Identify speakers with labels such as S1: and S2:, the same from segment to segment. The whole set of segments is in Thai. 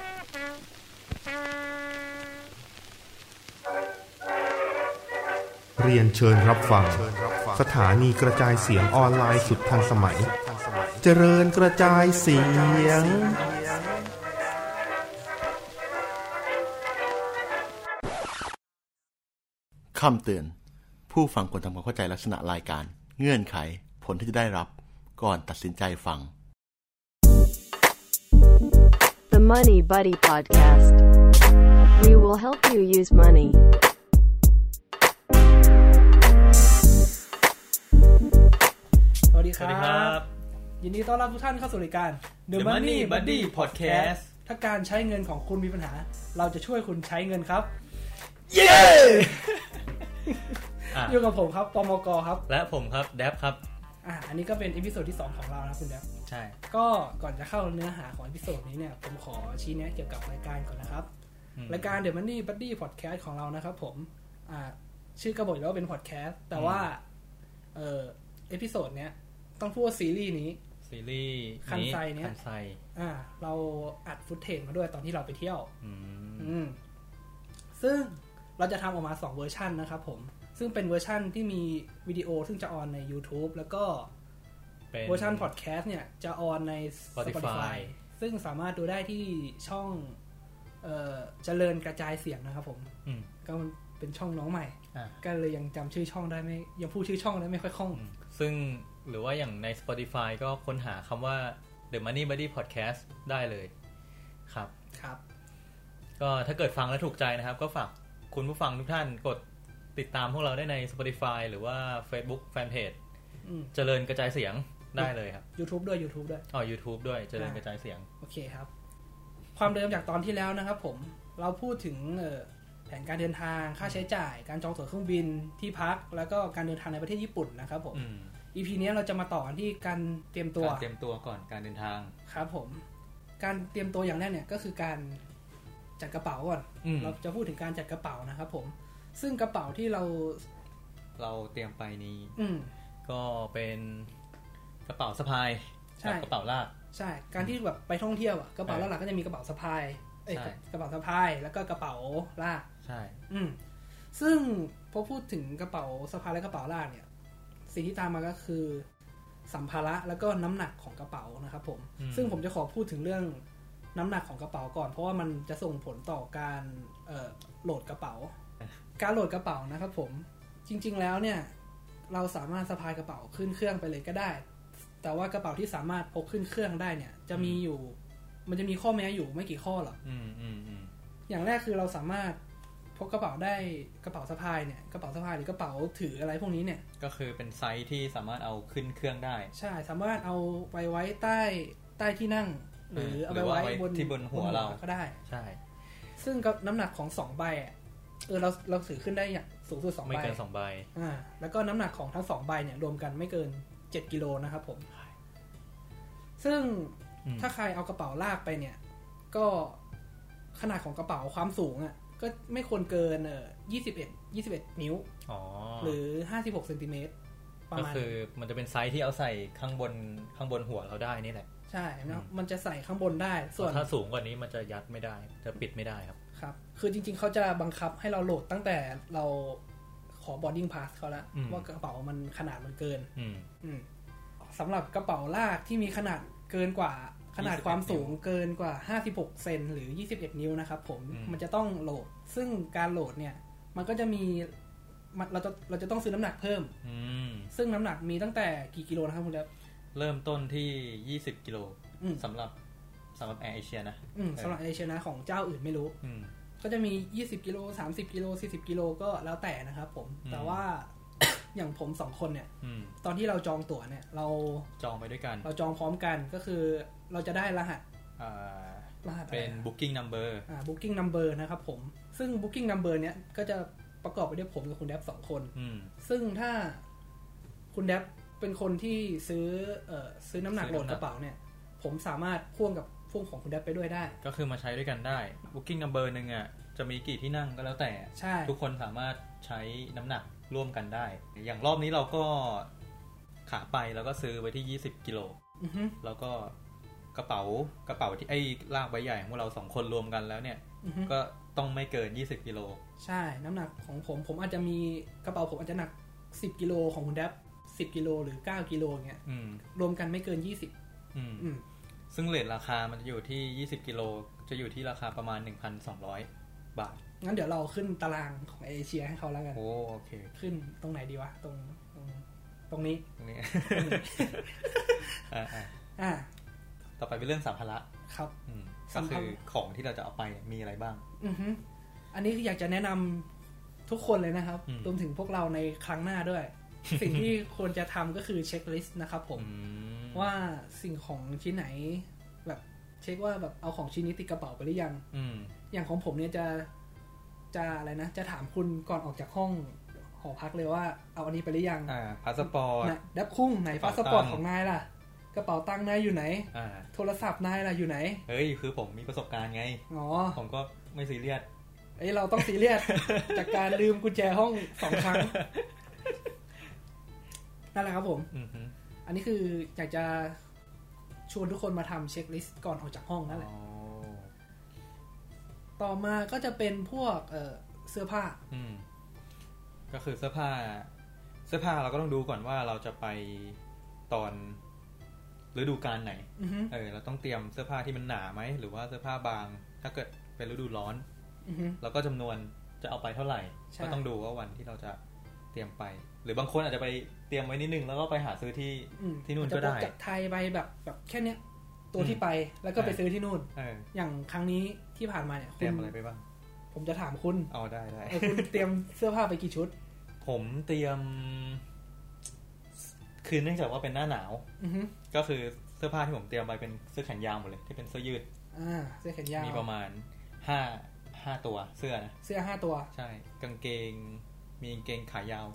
S1: เรียนเชิญรับฟังสถานีกระจายเสียงออนไลน์สุดทันสมัยเจริญกระจายเสียง
S2: คำเตือนผู้ฟังควรทำความเข้าใจลักษณะรายการเงื่อนไขผลที่จะได้รับก่อนตัดสินใจฟัง
S3: The Money Buddy Podcast. We will help you use money.
S4: สวัสดีครับยินดีต้อนรับทุกท่านเข้าสู่รายการ
S5: The Money Buddy Podcast
S4: ถ้าการใช้เงินของคุณมีปัญหาเราจะช่วยคุณใช้เงินครับ
S5: เย้
S4: อยู่กับผมครับปมกครับ
S5: และผมครับแดบครับ
S4: อันนี้ก็เป็นอีพิโซดที่2ของเรานะคุณแดบ
S5: ใช่
S4: ก็ก่อนจะเข้าเนื้อหาของอีพิโซดนี้เนี่ยผมขอชี้แนะเกี่ยวกับรายการก่อนนะครับรายการ The Money Buddy Podcast ของเรานะครับผมชื่อก็บอกอยู่แล้วว่าเป็นพอดแคสต์แต่ว่าเอพิโซดเนี้ยต้องพูดว่าซีรีส์นี้คันไซเนี้ยเราอัดฟุตเทจมาด้วยตอนที่เราไปเที่ยวซึ่งเราจะทำออกมา2เวอร์ชันนะครับผมซึ่งเป็นเวอร์ชันที่มีวิดีโอซึ่งจะออนใน YouTube แล้วก็เวอร์ชันพอดแคสต์เนี่ยจะออนใน Spotify ซึ่งสามารถดูได้ที่ช่องเจริญกระจายเสียงนะครับผมก็เป็นช่องน้องใหม่ก็เลยยังจำชื่อช่องได้ไม่ยังพูดชื่อช่องได้ไม่ค่อยคล่อง
S5: ซึ่งหรือว่าอย่างใน Spotify ก็ค้นหาคำว่า The Money Buddy Podcast ได้เลยครับก็ถ้าเกิดฟังแล้วถูกใจนะครับก็ฝากคุณผู้ฟังทุกท่านกดติดตามพวกเราได้ใน Spotify หรือว่า Facebook Fanpage เจริญกระจายเสียงได้เลยครับ
S4: YouTube ด้วย YouTube
S5: ด้วยเจริญกระจายเสียง
S4: โอเคครับความเดิมจากตอนที่แล้วนะครับผมเราพูดถึงแผนการเดินทางค่าใช้จ่ายการจองตั๋วเครื่องบินที่พักแล้วก็การเดินทางในประเทศญี่ปุ่นนะครับผม EP นี้เราจะมาต่อกันที่การเตรียมตัว
S5: ก่อนการเดินทาง
S4: ครับผมการเตรียมตัวอย่างแรกเนี่ยก็คือการจัดกระเป๋าก่อนเราจะพูดถึงการจัดกระเป๋านะครับผมซึ่งกระเป๋าที่เรา
S5: เตรียมไปนี้ก็เป็นกระเป๋าสะพายกับกระเป๋าลาก
S4: ใช่การที่แบบไปท่องเที่ยวอ่ะกระเป๋าหลักๆก็จะมีกระเป๋าสะพายกระเป๋าสะพายแล้วก็กระเป๋าลาก
S5: ใช่
S4: ซึ่งพอพูดถึงกระเป๋าสะพายและกระเป๋าลากเนี่ยสิ่งที่ตามมาก็คือสัมภาระแล้วก็น้ำหนักของกระเป๋านะครับผมซึ่งผมจะขอพูดถึงเรื่องน้ำหนักของกระเป๋าก่อนเพราะว่ามันจะส่งผลต่อการโหลดกระเป๋าการโหลดกระเป๋านะครับผมจริงๆแล้วเนี่ยเราสามารถสะพายกระเป๋าขึ้นเครื่องไปเลยก็ได้แต่ว่ากระเป๋าที่สามารถพกขึ้นเครื่องได้เนี่ยมันจะมีข้อแม้อยู่ไม่กี่ข้อหรอกอย่างแรกคือเราสามารถพกกระเป๋าได้กระเป๋าสะพายเนี่ยกระเป๋าสะพายหรือกระเป๋าถืออะไรพวกนี้เนี่ย
S5: ก็คือเป็นไซส์ที่สามารถเอาขึ้นเครื่องได้
S4: ใช่สามารถเอาไปไว้ใต้ที่นั่งหรือเอาไปไว้
S5: บนหัวเรา
S4: ก็ได้
S5: ใช่
S4: ซึ่งน้ำหนักของ2ใบเราถือขึ้นได้อย่างสูงสุด2ใบ
S5: ไม่เกิน2ใบ
S4: แล้วก็น้ำหนักของทั้ง2ใบเนี่ยรวมกันไม่เกิน7กิโลนะครับผมซึ่งถ้าใครเอากระเป๋าลากไปเนี่ยก็ขนาดของกระเป๋าความสูงอ่ะก็ไม่ควรเกิน21นิ้วหรือ56เซนติเมตร
S5: ประมาณก็คือมันจะเป็นไซส์ที่เอาใส่ข้างบนหัวเราได้นี่แหละ
S4: ใช่นะมันจะใส่ข้างบนได้
S5: ส่วนถ้าสูงกว่านี้มันจะยัดไม่ได้จะปิดไม่ได้
S4: ครับคือจริงๆเขาจะบังคับให้เราโหลดตั้งแต่เราขอ boarding pass เขาแล้วว่ากระเป๋ามันขนาดมันเกินสำหรับกระเป๋าลากที่มีขนาดเกินกว่าขนาดความสูงเกินกว่า56เซนหรือ21นิ้วนะครับผมมันจะต้องโหลดซึ่งการโหลดเนี่ยมันก็จะมีเราจะต้องซื้อน้ำหนักเพิ่มซึ่งน้ำหนักมีตั้งแต่กี่กิโลนะครับคุณครับ
S5: เริ่มต้นที่20กิโลสำหรับแอร์เอเชียนะ
S4: สำหรับแอร์เอเชียนะของเจ้าอื่นไม่รู้ก็จะมี20กิโล30กิโล40กิโลก็แล้วแต่นะครับผมแต่ว่าอย่างผม2คนเนี่ยตอนที่เราจองตั๋วเนี่ยเรา
S5: จองไปด้วยกัน
S4: เราจองพร้อมกันก็คือเราจะได้รหัส
S5: เป็น booking number
S4: booking number นะครับผมซึ่ง booking number เนี่ยก็จะประกอบไปด้วยผมกับคุณแดบ2คนซึ่งถ้าคุณแดบเป็นคนที่ซื้อน้ำหนักโหลดกระเป๋าเนี่ยผมสามารถพ่วงกับพ่วงของคุณแดบไปด้วยได้
S5: ก็คือมาใช้ด้วยกันได้ booking number นึงอ่ะจะมีกี่ที่นั่งก็แล้วแต่ทุกคนสามารถใช้น้ำหนักร่วมกันได้อย่างรอบนี้เราก็ขาไปแล้วก็ซื้อไว้ที่20กิโลแล้วก็กระเป๋าที่ไอ้ลากใบใหญ่ของพวกเรา2คนรวมกันแล้วเนี่ยก็ต้องไม่เกิน20กิโล
S4: ใช่น้ำหนักของผมอาจจะมีกระเป๋าผมอาจจะหนัก10กิโลของคุณแดบ10กิโลหรือ9กิโลเงี้ยรวมกันไม่เกิน20
S5: ซึ่งเรทราคามันจะอยู่ที่20กิโลจะอยู่ที่ราคาประมาณ 1,200 บาท
S4: งั้นเดี๋ยวเราขึ้นตารางของเอเชียให้เขาแล้วกัน
S5: โอเค
S4: ขึ้นตรงไหนดีวะตรงนี้
S5: ต่อไปเป็นเรื่องสัมภาระ
S4: ครับ
S5: ก็คือของที่เราจะเอาไปมีอะไรบ้าง
S4: อันนี้คืออยากจะแนะนำทุกคนเลยนะครับรวมถึงพวกเราในครั้งหน้าด้วย สิ่งที่ควรจะทำก็คือเช็คลิสต์นะครับผมว่าสิ่งของชิ้นไหนแบบเช็คว่าแบบเอาของชิ้นนี้ติดกระเป๋าไปหรือยังอย่างของผมเนี่ยจะอะไรนะจะถามคุณก่อนออกจากห้องหอพักเลยว่าเอาอันนี้ไปหรือยัง
S5: พาสปอร์ต
S4: ดับคุ้งไหนพาสปอร์ตของนายล่ะกระเป๋าตังค์นายอยู่ไหนโทรศัพท์นายล่ะอยู่ไหน
S5: เฮ้ยคือผมมีประสบการณ์ไงผมก็ไม่ซีเรียส
S4: เราต้องซีเรียส จากการลืมกุญแจห้อง2 ครั้งนั่นแหละครับผมอันนี้คืออยากจะชวนทุกคนมาทำเช็คลิสต์ก่อนออกจากห้องนั่นแหละต่อมาก็จะเป็นพวกเสื้อผ้า
S5: ก็คือเสื้อผ้าเราก็ต้องดูก่อนว่าเราจะไปตอนฤดูกาลไหนเราต้องเตรียมเสื้อผ้าที่มันหนาไหมหรือว่าเสื้อผ้าบางถ้าเกิดเป็นฤดูร้อนแล้วก็จำนวนจะเอาไปเท่าไหร่ก็ต้องดูว่าวันที่เราจะเตรียมไปหรือบางคนอาจจะไปเตรียมไว้นิดนึงแล้วก็ไปหาซื้อที่นู่นก็ได้
S4: จากไทยไปแบบแค่เนี้ยตัวที่ไปแล้วก็ไปซื้อที่นู่นอย่างครั้งนี้ที่ผ่านมาเนี่ย
S5: เตรียมอะไรไปบ้าง
S4: ผมจะถามคุณ
S5: ได้
S4: คุณเตรียมเสื้อผ้าไปกี่ชุด
S5: ผมเตรียมคือเนื่องจากว่าเป็นหน้าหนาวก็คือเสื้อผ้าที่ผมเตรียมไปเป็นเสื้อแขนยาวหมดเลยที่เป็นเสื้อยืด
S4: เสื้อแขนยาว
S5: มีประมาณ5ตัวเสื้อนะ
S4: เสื้อ5ตัว
S5: ใช่กางเกงมีกางเกงขายาว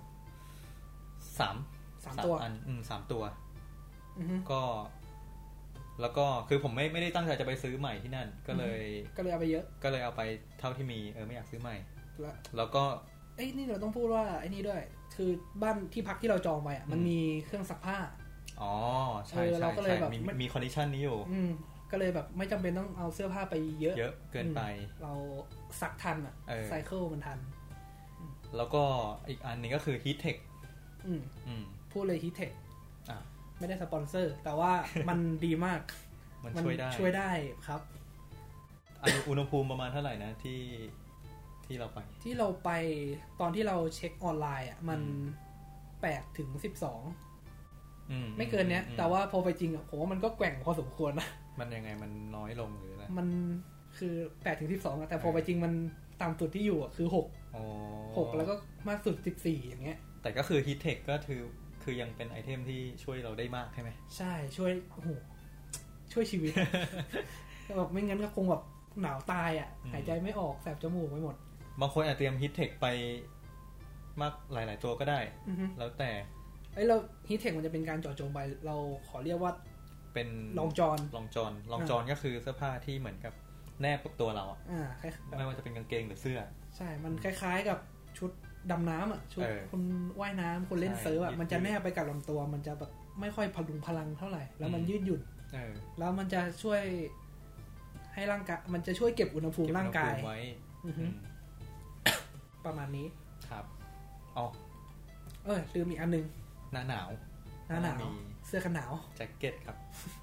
S5: 3
S4: ตัว
S5: 3ตัวก็แล้วก็คือผมไม่ได้ตั้งใจจะไปซื้อใหม่ที่นั่นก็เลย
S4: เอาไปเยอะ
S5: ก็เลยเอาไปเท่าที่มีไม่อยากซื้อใหม่แล้วก็
S4: นี่เราต้องพูดว่าไอ้นี่ด้วยคือบ้านที่พักที่เราจองไปมันมีเครื่องซักผ้า
S5: ใช่เราก็เลยแบบมีคอนดิชันนี้อยู่
S4: ก็เลยแบบไม่จำเป็นต้องเอาเสื้อผ้าไปเยอะ
S5: เกินไป
S4: เราซักทันไซเคิลมันทัน
S5: แล้วก็อีกอันนึงก็คือ Heat Tech
S4: พูดเลย Heat Tech ไม่ได้สปอนเซอร์แต่ว่ามันดีมาก
S5: มันช่
S4: วยได้ครับ
S5: อุณหภูมิประมาณเท่าไหร่นะที่เรา
S4: ไปตอนที่เราเช็คออนไลน์มัน8 ถึง 12ไม่เกินเนี้ยแต่ว่าพอไปจริงผมว่ามันก็แกว่งพอสมควรนะ
S5: มันยังไงมันน้อยลงหรืออะไร
S4: มันคือ8 ถึง 12แต่พอไปจริงมันต่ำสุดที่อยู่คือ6แล้วก็มากสุด14อย่างเงี้ย
S5: แต่ก็คือ Heat Tech ก็คือยังเป็นไอเทมที่ช่วยเราได้มากใช่ไหม
S4: ใช่ช่วยชีวิต แบบไม่งั้นก็คงแบบหนาวตายหายใจไม่ออกแสบจมูกไปหมด
S5: บางคนอาจเตรียม Heat Tech ไปมากหลายๆตัวก็ได้แล้วแต่
S4: เรา Heat Tech มันจะเป็นการเจาะจงไปเราขอเรียกว่า
S5: เป็น
S4: รองจ
S5: อนก็คือเสื้อผ้าที่เหมือนกับแนบกับตัวเราไม่ว่าจะเป็นกางเกงหรือเสื้อ
S4: ใช่มันคล้ายๆกับชุดดำน้ำชุดคนว่ายน้ำคนเล่นเซิร์ฟมันจะแนบไปกับลำตัวมันจะแบบไม่ค่อยพลุงพลังเท่าไหร่แล้วมันยืดหยุ่นแล้วมันจะช่วยให้ร่างกายมันจะช่วยเก็บอุณหภูมิร่างกาย
S5: ไว้
S4: ประมาณนี้
S5: ครับ
S4: ลืมอีกอันนึง
S5: หน้าหนาว
S4: เสื้อกันหนาว
S5: แจ็คเก็ตครับ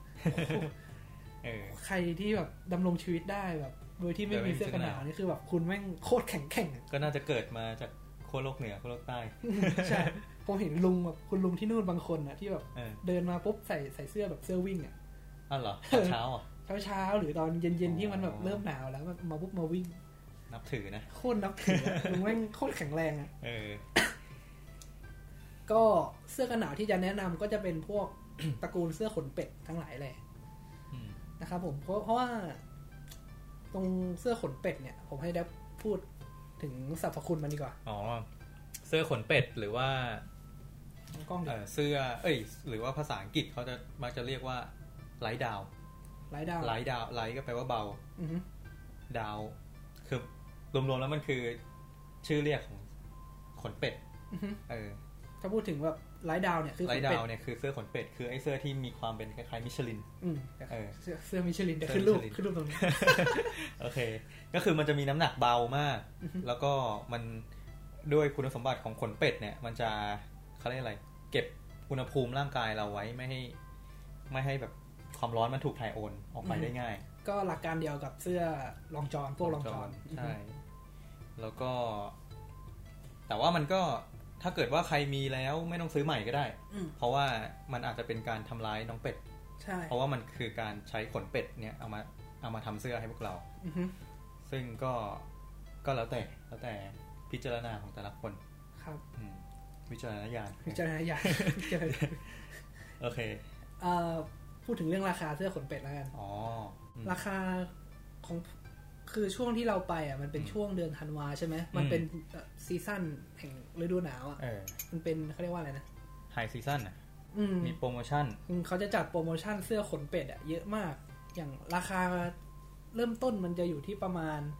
S4: ใครที่แบบดำรงชีวิตได้แบบโดยที่ไม่มีเสื้อกันหนาวนี่คือแบบคุณแม่งโคตรแข็ง
S5: ก็น่าจะเกิดมาจากขั้วโลกเหนือขั้วโลกใต้
S4: ใช่ผมเห็นลุงแบบคุณลุงที่นู่นบางคนที่แบบเดินมาปุ๊บใส่เสื้อแบบเสื้อวิ่ง
S5: เหรอเช้า
S4: หรือตอนเย็นๆที่มันแบบเริ่มหนาวแล้วมาปุ๊บมาวิ่ง
S5: นับถือนะ
S4: โคตรนับถือลุงแม่งโคตรแข็งแรงก็เสื้อกันหนาวที่จะแนะนำก็จะเป็นพวกตระกูลเสื้อขนเป็ดทั้งหลายแหละนะครับผมเพราะว่าตรงเสื้อขนเป็ดเนี่ยผมให้ได้พูดถึงสรรพคุณมันดีกว่า
S5: เสื้อขนเป็ดหรือว่าเสื้อหรือว่าภาษาอังกฤษเขาจะมักจะเรียกว่าไลท์ดาวไลท์ก็แปลว่าเบาดาวคือรวมๆแล้วมันคือชื่อเรียกของขนเป็ด
S4: ถ้าพูดถึงแบบไลท์ดาวเนี่ยคือ
S5: ไลท์ดาวเนี่ยคือเสื้อขนเป็ดคือไอ้เสื้อที่มีความเป็นคล้ายๆมิชลิน
S4: เสื้อมิชลินเดี๋ยวขึ้นรูปตรงนี้
S5: โอเคก็คือมันจะมีน้ำหนักเบามากแล้วก็มันด้วยคุณสมบัติของขนเป็ดเนี่ยมันจะเขาเรียกอะไรเก็บอุณหภูมิร่างกายเราไว้ไม่ให้แบบความร้อนมันถูกถ่ายโอนออกไปได้ง่าย
S4: ก็หลักการเดียวกับเสื้อรองจอนพวกรองจอน
S5: ใช่แล้วก็แต่ว่ามันก็ถ้าเกิดว่าใครมีแล้วไม่ต้องซื้อใหม่ก็ได้เพราะว่ามันอาจจะเป็นการทำร้ายน้องเป็ด
S4: ใช่
S5: เพราะว่ามันคือการใช้ขนเป็ดเนี่ยเอามาทำเสื้อให้พวกเราซึ่งก็แล้วแต่พิจารณาของแต่ละคน
S4: ครับ
S5: วิจารณญาณโอเค
S4: พูดถึงเรื่องราคาเสื้อขนเป็ดแล้วกันราคาของคือช่วงที่เราไปอ่ะมันเป็นช่วงเดือนธันวาใช่ไหมมันเป็นซีซั่นแห่งฤดูหนาวอ่ะมันเป็นเขาเรียกว่าอะไรนะ
S5: ไฮซีซั่นอ่ะมีโปรโมชั่น
S4: เขาจะจัดโปรโมชั่นเสื้อขนเป็ดอ่ะเยอะมากอย่างราคาเริ่มต้นมันจะอยู่ที่ประมาณ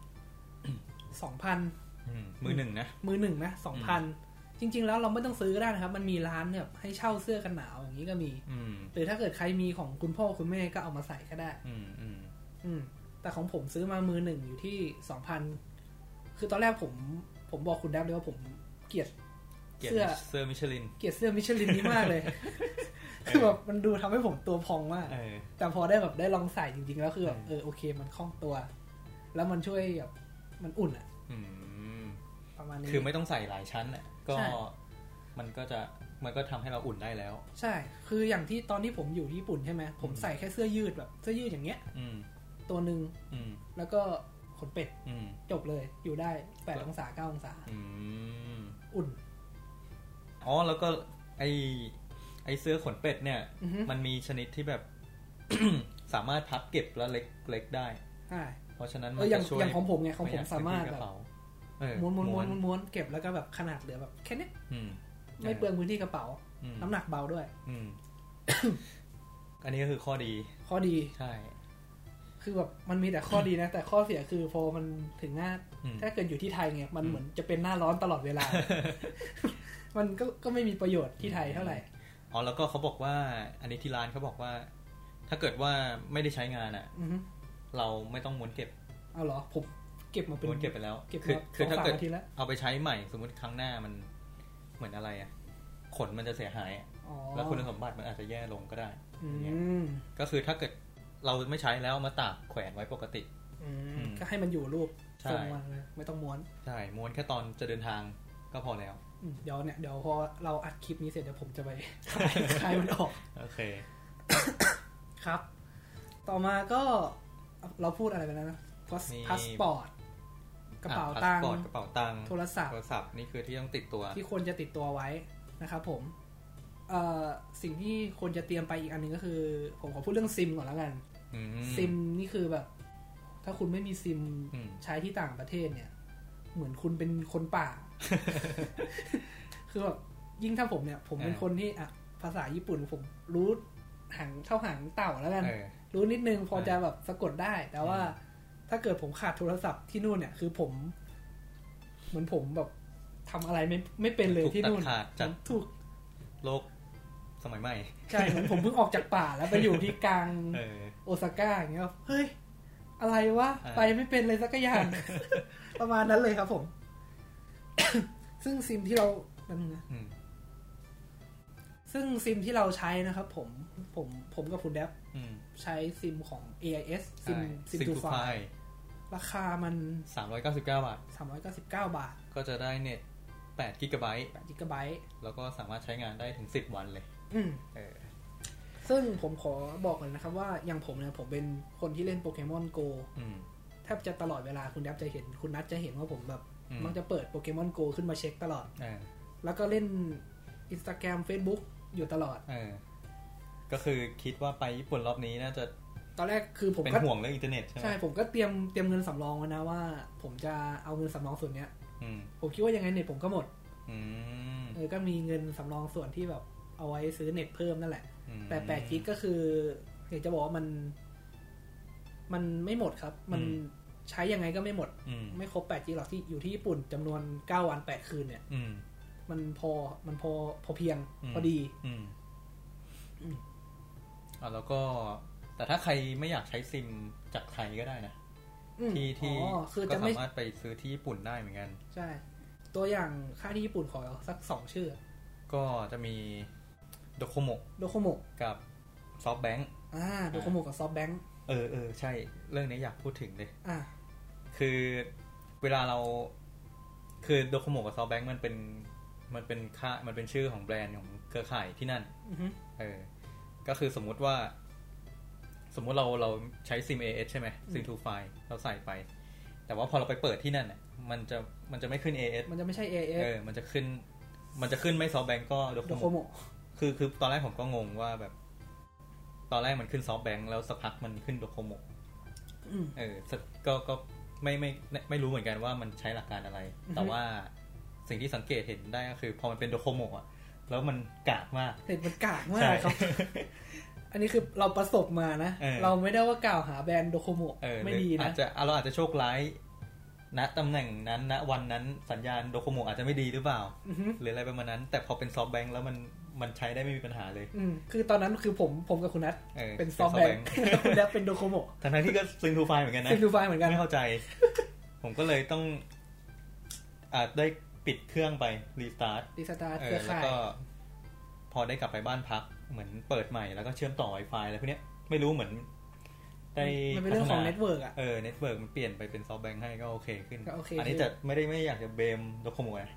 S4: 2,000
S5: มือหนึ่งนะ
S4: 2,000 จริงๆแล้วเราไม่ต้องซื้อก็ได้นะครับมันมีร้านเนี่ยให้เช่าเสื้อกันหนาวอย่างนี้ก็มีหรือถ้าเกิดใครมีของคุณพ่อคุณแม่ก็เอามาใส่ก็ได้แต่ของผมซื้อมามือหนึ่งอยู่ที่ 2,000 คือตอนแรกผมบอกคุณแดบเลยว่าผมเกลียดเสื้อ
S5: มิชลิน
S4: เกลียดเสื้อมิชลินนี้มากเลยคือแบบมันดูทำให้ผมตัวพองมากแต่พอได้ลองใส่จริงๆแล้วคือแบบโอเคมันคล่องตัวแล้วมันช่วยแบบมันอุ่นอ่ะประมาณนี้
S5: คือไม่ต้องใส่หลายชั้นอ่ะก็มันก็ทำให้เราอุ่นได้แล้ว
S4: ใช่คืออย่างที่ตอนที่ผมอยู่ที่ญี่ปุ่นใช่ไหมผมใส่แค่เสื้อยืดแบบเสื้อยืดอย่างเงี้ยตัวนึงแล้วก็ขนเป็ดจบเลยอยู่ได้8องศา9องศาอุ่น
S5: แล้วก็ไอเสื้อขนเป็ดเนี่ยมันมีชนิดที่แบบ สามารถพับเก็บแล้วเล็กได้เพราะฉะนั้นมันจะช่วย
S4: อย่างของผมไงของผมสามารถแบบม้วนเก็บแล้วก็แบบขนาดเหลือแบบแค่นี้ไม่เปลืองพื้นที่กระเป๋าน้ำหนักเบาด้วย
S5: อันนี้ก็คือข้อดีใช่
S4: คือแบบมันมีแต่ข้อดีนะแต่ข้อเสียคือพอมันถึงหน้าถ้าเกิดอยู่ที่ไทยไงมันเหมือนจะเป็นหน้าร้อนตลอดเวลา มันก็ไม่มีประโยชน์ที่ไทยเท่าไหร่
S5: แล้วก็เขาบอกว่าอันนี้ที่ร้านเขาบอกว่าถ้าเกิดว่าไม่ได้ใช้งานอ่ะเราไม่ต้องม้วนเก็บ
S4: เอาเหรอผมเก็บมาเป็น
S5: ม้วนเก็บไปแล้วคือถ้าเกิดเอาไปใช้ใหม่สมมติครั้งหน้ามันเหมือนอะไรอ่ะขนมันจะเสียหายแล้วคุณสมบัติมันอาจจะแย่ลงก็ได้ก็คือถ้าเกิดเราไม่ใช้แล้วมาตากแขวนไว้ปกติ
S4: ก็ให้มันอยู่รูปทรงมันเลยไม่ต้องม้วน
S5: ใช่ม้วนแค่ตอนจะเดินทางก็พอแล้ว
S4: เดี๋ยวพอเราอัดคลิปนี้เสร็จเดี๋ยวผมจะไปคลายมันออก
S5: โอเค
S4: ครับต่อมาก็เราพูดอะไรไปแล้วนะพาสปอร์ตกระเป๋าตังค์โทรศัพท์
S5: นี่คือที่ต้องติดตัว
S4: ที่ควรจะติดตัวไว้นะครับผมสิ่งที่ควรจะเตรียมไปอีกอันนึงก็คือผมขอพูดเรื่องซิมก่อนแล้วกันซิมนี่คือแบบถ้าคุณไม่มีซิมใช้ที่ต่างประเทศเนี่ยเหมือนคุณเป็นคนป่า คือแบบยิ่งถ้าผมเนี่ยผมเป็นคนที่ภาษาญี่ปุ่นผมรู้หางเท่าหางเต่าแล้วกันรู้นิดนึงพอจะแบบสะกดได้แต่ว่าถ้าเกิดผมขาดโทรศัพท์ที่นู่นเนี่ยคือผมเหมือนผมแบบทำอะไรไม่เป็นเลยที่นู่นถูก
S5: โลกสมัยใหม่
S4: ใช่เหมือนผมเพิ่งออกจากป่าแล้วไปอยู่ที่กลางโอซาก้าอย่างเงี้ยเฮ้ยอะไรวะไปไม่เป็นเลยสักอย่าง ประมาณนั้นเลยครับผม ซึ่งซิมที่เราซึ่งซิมที่เราใช้นะครับผมกับคุณแดบใช้ซิมของ AIS ซิมทูไฟราคามัน
S5: 399 บาท
S4: ก็
S5: จะได้เน็ต8 กิกะไบต์แล้วก็สามารถใช้งานได้ถึง10 วันเลย
S4: ซึ่งผมขอบอกเลยนะครับว่าอย่างผมเนี่ยผมเป็นคนที่เล่นโปเกมอนโกแทบจะตลอดเวลาคุณนัทจะเห็นว่าผมแบบมักจะเปิดโปเกมอนโกขึ้นมาเช็คตลอดแล้วก็เล่น Instagram Facebook อยู่ตลอด
S5: ก็คือคิดว่าไปญี่ปุ่นรอบนี้น่าจะ
S4: ตอนแรกคือผม
S5: เป็นห่วงเรื่องอินเทอร์เน็ต
S4: ใช่ผมก็เตรียมเงินสำรองไว้นะว่าผมจะเอาเงินสำรองส่วนเนี้ยผมคิดว่ายังไงเน็ตผมก็หมดก็มีเงินสำรองส่วนที่แบบเอาไว้ซื้อเน็ตเพิ่มนั่นแหละแต่8 กิกก็คืออยากจะบอกว่ามันไม่หมดครับมันใช้ยังไงก็ไม่หมดไม่ครบ8 กิกหรอกที่อยู่ที่ญี่ปุ่นจำนวน9 วัน 8 คืนเนี่ยมันพอเพียงพอดี
S5: แล้วก็แต่ถ้าใครไม่อยากใช้ซิมจากไทยก็ได้นะที่ก็สามารถไปซื้อที่ญี่ปุ่นได้เหมือนกัน
S4: ใช่ตัวอย่างค่ายที่ญี่ปุ่นขอสัก2ชื่อ
S5: ก็จะมีโดโคโมะกับซอฟต์แบงค์
S4: โดโคโมะกับซอฟต์แบงค์
S5: ใช่เรื่องนี้อยากพูดถึงเลยคือเวลาเราคือโดโคโมะกับซอฟต์แบงค์มันเป็นชื่อของแบรนด์ของเครือข่ายที่นั่นก็คือสมมุติเราใช้ซิม AS ใช่ไหมซิม 2 File เราใส่ไปแต่ว่าพอเราไปเปิดที่นั่นน่ะมันจะไม่ขึ้น AS
S4: มันจะไม่ใช่ AS
S5: มันจะขึ้นไม่ซอฟต์แบงก์ก็โดโคโมะคือตอนแรกผมก็งงว่าแบบตอนแรกมันขึ้นซอฟต์แบงก์แล้วสักพักมันขึ้นโดโคโมะก็ไม่รู้เหมือนกันว่ามันใช้หลักการอะไรแต่ว่าสิ่งที่สังเกตเห็นได้ก็คือพอมันเป็นโดโคโมะแล้วมันกากมาก
S4: มันกากมากครับอันนี้คือเราประสบมานะเราไม่ได้ว่ากล่าวหาแบรนด์โดโคโมะไม่ดีนะ
S5: เราอาจจะโชคร้ายณตำแหน่งนั้นณวันนั้นสัญญาณโดโคโมะอาจจะไม่ดีหรือเปล่าหรืออะไรประมาณนั้นแต่พอเป็นซอฟต์แบงค์แล้วมันใช้ได้ไม่มีปัญหาเลย
S4: คือตอนนั้นคือผมกับคุณนัทเป็นซอฟต์แบงค์คุณนัทเป็นโดโคโมะ
S5: ทั้งที่ก็ซิงทูไฟล์เหมือนกันนะ
S4: ซิงทูไฟล์เหมือนกัน
S5: ไม่เข้าใจผมก็เลยต้องได้ปิดเครื่องไปรีสตาร์ท
S4: เครือข่าย
S5: แล้วก็พอได้กลับไปบ้านพักเหมือนเปิดใหม่แล้วก็เชื่อมต่อ Wi-Fi อะไรพวกนี้ไม่รู้เหมือนได้
S4: มันเป็นเรื่องของเน็ตเวิร์ก
S5: เน็ตเวิร์กมันเปลี่ยนไปเป็นซอฟต์แบงค์ให้ก็โอเคขึ้นอันนี้จะไม่อยากจะเบมโดโคโมะ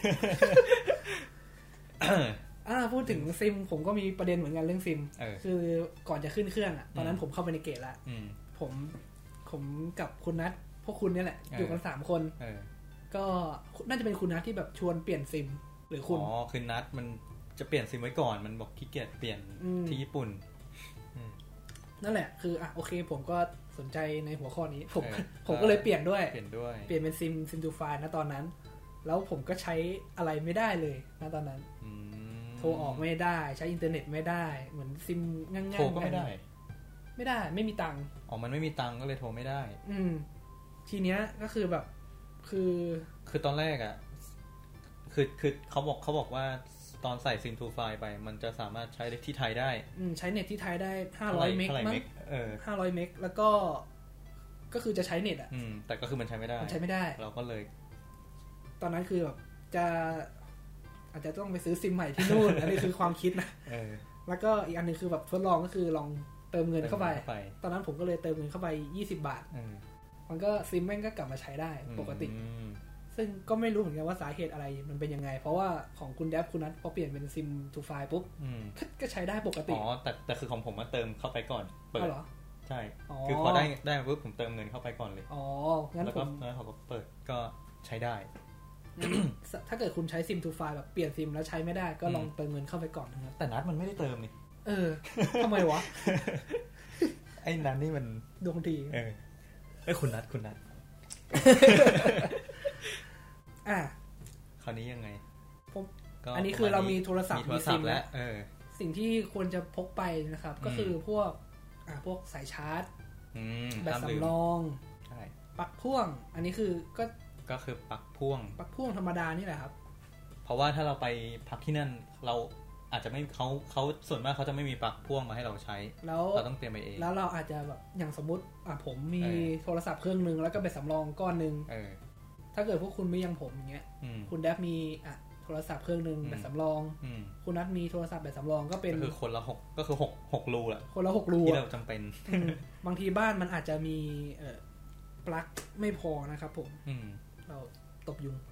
S4: พูดถึงซิมผมก็มีประเด็นเหมือนกันเรื่องซิมคือก่อนจะขึ้นเครื่องตอนนั้นผมเข้าไปในเกตแล้วผมกับคุณนัทพวกคุณนี่แหละอยู่กัน3คนก็น่าจะเป็นคุณนัทที่แบบชวนเปลี่ยนซิมหรือคุณ
S5: คือนัทมันจะเปลี่ยนซิมไว้ก่อนมันบอกขี้เกียจเปลี่ยนที่ญี่ปุ่น
S4: นั่นแหละคือโอเคผมก็สนใจในหัวข้อนี้ผมก็เลยเปลี่ยนเป็นซิมทูไฟล์นะตอนนั้นแล้วผมก็ใช้อะไรไม่ได้เลยนะตอนนั้นโทรออกไม่ได้ใช้อินเทอร์เน็ตไม่ได้เหมือนซิมง่ายๆ
S5: โทรก็ไม่ได้
S4: ไม่มีตังค์
S5: มันไม่มีตังค์ก็เลยโทรไม่ได้
S4: ทีเนี้ยก็คือแบบ
S5: คือตอนแรกคือเขาบอกว่าตอนใส่ซิม 2 File ไปมันจะสามารถใช้ที่ไทยได้
S4: ใช้เน็ตที่ไทยได้500เมกมั้ง500เมกแล้วก็คือจะใช้เน็ต
S5: แต่ก็คือมันใช้ไม่ได้เราก็เลย
S4: ตอนนั้นคือแบบอาจจะต้องไปซื้อซิมใหม่ที่นู่นอันนี้คือความคิดนะแล้วก็อีกอันนึงคือแบบทดลองก็คือลองเติมเงินเข้าไปตอนนั้นผมก็เลยเติมเงินเข้าไป20 บาทมันก็ซิมแม่งก็กลับมาใช้ได้ปกติซึ่งก็ไม่รู้เหมือนกันว่าสาเหตุอะไรมันเป็นยังไงเพราะว่าของคุณแดฟคุณนัทพอเปลี่ยนเป็นซิม 2 File ปุ๊บก็ใช้ได้ปกติ
S5: แต่คือของผมมาเติมเข้าไปก่อน
S4: เปิดเหรอ
S5: ใช่คือพอได้ปุ๊บผมเติมเงินเข้าไปก่อนเลย
S4: งั้น
S5: แล้วก็เขาก็เปิดก็ใช้ได้
S4: ถ้าเกิดคุณใช้ซิม 2 File แบบเปลี่ยนซิมแล้วใช้ไม่ได้ก็ลองเติมเงินเข้าไปก่อนนะครับ
S5: แต่นัทมันไม่ได้เติมนี่
S4: ทำไมวะ
S5: ไอ้นัทนี่มัน
S4: ดวงดี
S5: คุณนัทคราวนี้ยังไง
S4: อันนี้คือเรามีโทรศัพท์มีซิมแล้วสิ่งที่ควรจะพกไปนะครับก็คือพวกสายชาร์จแบตสำรองปลั๊กพ่วงอันนี้คือ
S5: ก็คือปลั๊กพ่วง
S4: ธรรมดานี่แหละครับ
S5: เพราะว่าถ้าเราไปพักที่นั่นเราอาจจะไม่เขาส่วนมากเขาจะไม่มีปลั๊กพ่วงมาให้เราใช้เราต้องเตรียมไปเอง
S4: แล้วเราอาจจะแบบอย่างสมมติผมมีโทรศัพท์เครื่องนึงแล้วก็แบตสำรองก้อนนึงถ้าเกิดพวกคุณไม่ยังผมอย่างเงี้ยคุณแดฟมีโทรศัพท์เครื่องนึงแบตสำรองคุณนัทมีโทรศัพท์แบตสำรองก็เป็น
S5: คือคนละ6ก็คือ6รูแหละ
S4: คนละ6รู
S5: ที่เราจำเป็น
S4: บางทีบ้านมันอาจจะมีปลั๊กไม่พอนะครับผมเราตบยุง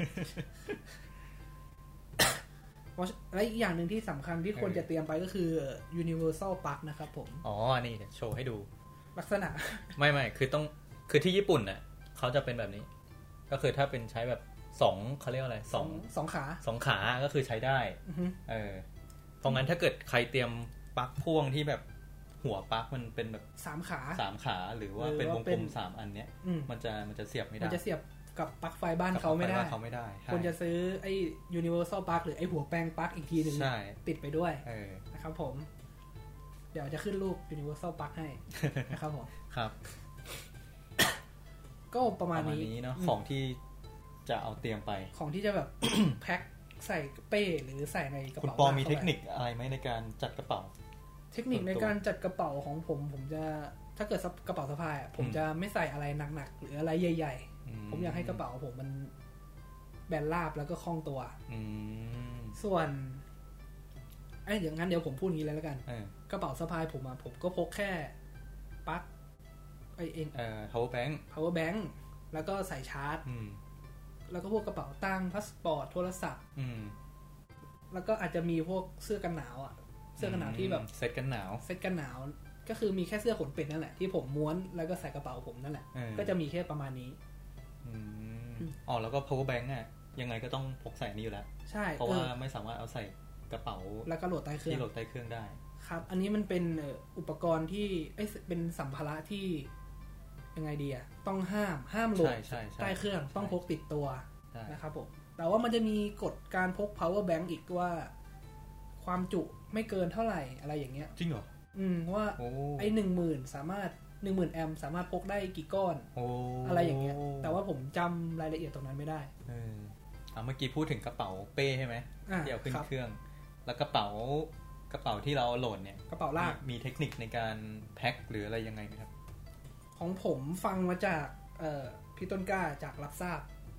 S4: และอีกอย่างหนึ่งที่สำคัญที่ควรจะเตรียมไปก็คือ universal plug นะครับผม
S5: นี่โชว์ให้ดู
S4: ลักษณะ
S5: ไม่คือที่ญี่ปุ่นน่ะเขาจะเป็นแบบนี้ก็คือถ้าเป็นใช้แบบ2เขาเรียกอะไร2ขาก็คือใช้ได้เพราะงั้นถ้าเกิดใครเตรียมปลั๊กพ่วงที่แบบหัวปลั๊กมันเป็นแบบ3ขาหรือว่าเป็นวงกลม3อันเนี้ยมันจะเสียบไม่ได้
S4: มันจะเสียบกับปลั๊กไฟบ้านเขาไม่ได้ควรจะซื้อไอ้ universal plug หรือไอ้หัวแปลงปลั๊กอีกทีนึงติดไปด้วยนะครับผมเดี๋ยวจะขึ้นรูป universal plug ให้นะครับผม
S5: ครับ
S4: ก็ประมาณนี้
S5: เนาะของที่จะเอาเตรียมไป
S4: ของที่จะแบบ แพ็คใส่เป้หรือใส่ในกระเป๋า
S5: คุณปอมีเทคนิคอะไรไหมในการจัดกระเป๋า
S4: เทคนิคในการจัดกระเป๋าของผมจะถ้าเกิดกระเป๋าสะพายผมจะไม่ใส่อะไรหนักๆหรืออะไรใหญ่ๆผมอยากให้กระเป๋าผมมันแบนราบแล้วก็คล่องตัวส่วนอย่างนั้นเดี๋ยวผมพูดงี้เลยแล้วกันกระเป๋าสะพายผมก็พกแค่ปลั๊ก
S5: power bank
S4: แล้วก็ใส่ชาร์จแล้วก็พวกกระเป๋าตังค์พาสปอร์ตโทรศัพท์แล้วก็อาจจะมีพวกเสื้อกันหนาวเสื้อกันหนาวที่แบบ
S5: เซ็ตกันหนาว
S4: ก็คือมีแค่เสื้อขนเป็ดนั่นแหละที่ผมม้วนแล้วก็ใส่กระเป๋าผมนั่นแหละก็จะมีแค่ประมาณนี้
S5: แล้วก็ power bank ยังไงก็ต้องพกใส่นี่อยู่แล้ว
S4: ใช่
S5: เพราะว่าไม่สามารถเอาใส่กระเป๋า
S4: แล้วก็โหลดใต้เครื่อง
S5: ที่โหลดใต้เครื่องได้
S4: ครับอันนี้มันเป็นอุปกรณ์ที่เป็นสัมภาระที่ยังไงดีต้องห้ามโหลดใต้เครื่องต้องพกติดตัวนะครับผมแต่ว่ามันจะมีกฎการพก power bank อีกว่าความจุไม่เกินเท่าไหร่อะไรอย่างเงี้ย
S5: จริงเหรอ
S4: ว่า10,000 สามารถ 10,000 แอมป์สามารถพกได้กี่ก้อนอะไรอย่างเงี้ยแต่ว่าผมจำรายละเอียดตรงนั้นไม่ได้
S5: เมื่อกี้พูดถึงกระเป๋าเป้ใช่ไหมที่เอาขึ้นเครื่องแล้วกระเป๋าที่เราโหลดเนี่ย
S4: กระเป๋าลาก
S5: มีเทคนิคในการแพ็คหรืออะไรยังไงไหมครับ
S4: ของผมฟังมาจากพี่ต้นกล้าจากรับทราบ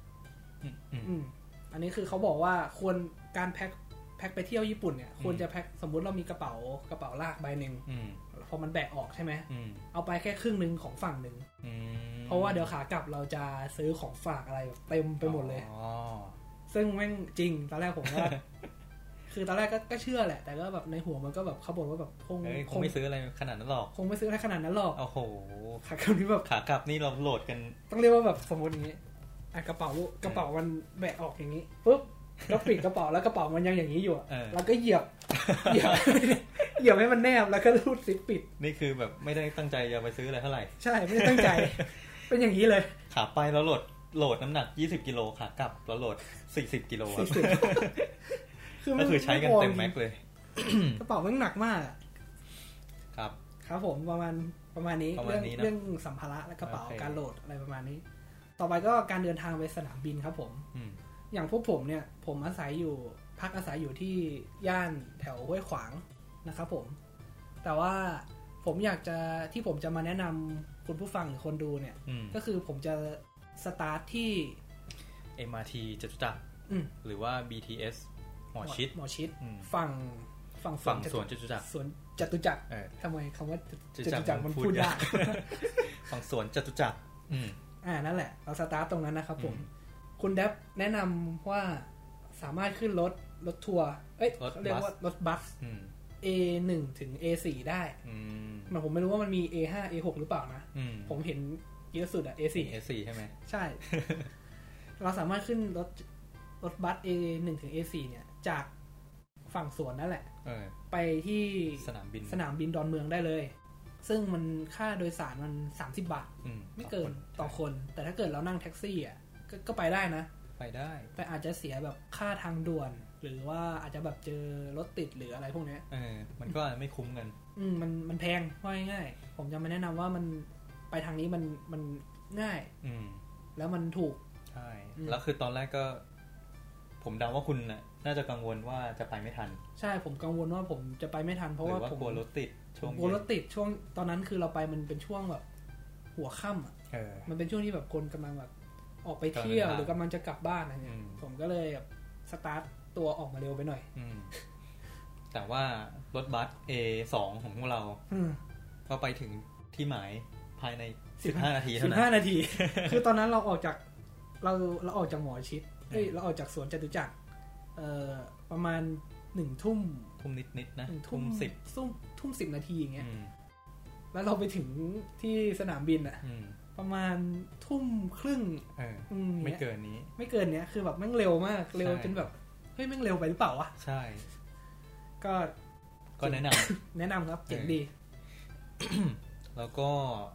S4: อันนี้คือเขาบอกว่าควรการแพ็คไปเที่ยวญี่ปุ่นเนี่ยควรจะแพ็คสมมุติเรามีกระเป๋าลากใบนึงพอมันแบกออกใช่ไหมเอาไปแค่ครึ่งนึงของฝั่งนึงเพราะว่าเดี๋ยวขากลับเราจะซื้อของฝากอะไรเต็มไปหมดเลยซึ่งแม่งจริงตอนแรกผมว่าคือตอนแรกก็เชื่อแหละแต่ก็แบบในหัวมันก็แบบเขาบอกว่าแบบคง
S5: ไม่ซื้ออะไรขนาดนั้นหรอก
S4: คงไม่ซื้ออะไรขนาดนั้นหรอก
S5: โอ้โห
S4: ขากลับนี่แบบ
S5: ขากลับนี่เราโหลดกัน
S4: ต้องเรียกว่าแบบสมมติอย่างนี้กระเป๋ามันแบกออกอย่างนี้ปุ๊บแล้วปิดกระเป๋าแล้วกระเป๋ามันยังอย่างนี้อยู่แล้วก็เหยียบให้มันแนบแล้วก็รูดซิปปิด
S5: นี่คือแบบไม่ได้ตั้งใจจะไปซื้ออะไรเท่าไหร่
S4: ใช่ไม่ได้ตั้งใจเป็นอย่างนี้เลย
S5: ขาไปแล้วโหลดน้ำหนัก20 กิโลขากลับแล้วโหลด40 กิโลก็คือใช้กันเต็มแม็กเลย
S4: กระเป๋ามันหนักมาก
S5: ครับ
S4: ผมประมาณนี้เรื่องสัมภาระและกระเป๋าการโหลดอะไรประมาณนี้ต่อไปก็การเดินทางไปสนามบินครับผมอย่างพวกผมเนี่ยผมพักอาศัยอยู่ที่ย่านแถวห้วยขวางนะครับผมแต่ว่าผมอยากจะที่ผมจะมาแนะนำคุณผู้ฟังหรือคนดูเนี่ยก็คือผมจะสตาร์ทที่
S5: MRT จตุจักรหรือว่า BTS หมอชิด
S4: ฝั่ง
S5: สวนจตุจักร
S4: สวนจตุจักรทำไมคำว่าจตุจักรมันพูดยาก
S5: ฝั่งสวนจตุจักร
S4: นั่นแหละเราสตาร์ทตรงนั้นนะครับผมคุณแดบแนะนำว่าสามารถขึ้นรถทัวร์เรียกว่ารถบัสA1 ถึง A4 ได้มันผมไม่รู้ว่ามันมี A5 A6 หรือเปล่านะผมเห็นเยอะสุดอะ A4
S5: ใช่ไหม
S4: ใช่ เราสามารถขึ้นรถบัส A1 ถึง A4 เนี่ยจากฝั่งสวนนั่นแหละไปที่สนามบินดอนเมืองได้เลยซึ่งมันค่าโดยสารมัน30 บาทไม่เกินต่อคนแต่ถ้าเกิดเรานั่งแท็กซี่อ่ะก็ไปได้นะ
S5: ไปได้
S4: แต่อาจจะเสียแบบค่าทางด่วนหรือว่าอาจจะแบบเจอรถติดหรืออะไรพวกนี้
S5: มันก็ไม่คุ้มกัน
S4: มันแพงว่าง่ายๆผมจะมาแนะนำว่ามันไปทางนี้มันง่ายแล้วมันถูก
S5: ใช่แล้วคือตอนแรกก็ผมเดาว่าคุณน่าจะกังวลว่าจะไปไม่ทัน
S4: ใช่ผมกังวลว่าผมจะไปไม่ทันเพราะว่า
S5: ผมกลัวรถติด
S4: ช่วงตอนนั้นคือเราไปมันเป็นช่วงแบบหัวค่ำมันเป็นช่วงที่แบบคนกำลังแบบออกไปเที่ยวหรือกำลังจะกลับบ้านอะไรเนี่ยผมก็เลยแบบสตาร์ทตัวออกมาเร็วไปหน่อย
S5: แต่ว่ารถบัส A2 ของพวกเราก็ไปถึงที่หมายภายใน15 นาทีเท่านั้น
S4: 15 นาที คือตอนนั้นเราออกจากหมอชิดเราออกจากสวนจตุจักรประมาณทุ่ม
S5: นิดๆนะ
S4: ทุ่ม 10 นาทีอย่างเงี้ยแล้วเราไปถึงที่สนามบินอ่ะประมาณ 20:30
S5: ไม่เกินนี้
S4: ไม่เกินเนี้ยคือแบบแม่งเร็วมากเร็วจนแบบเฮ้ยแม่งเร็วไปหรือเปล่าวะ
S5: ใช่
S4: ก็แนะนำครับเจ๋งดี
S5: แล้วก็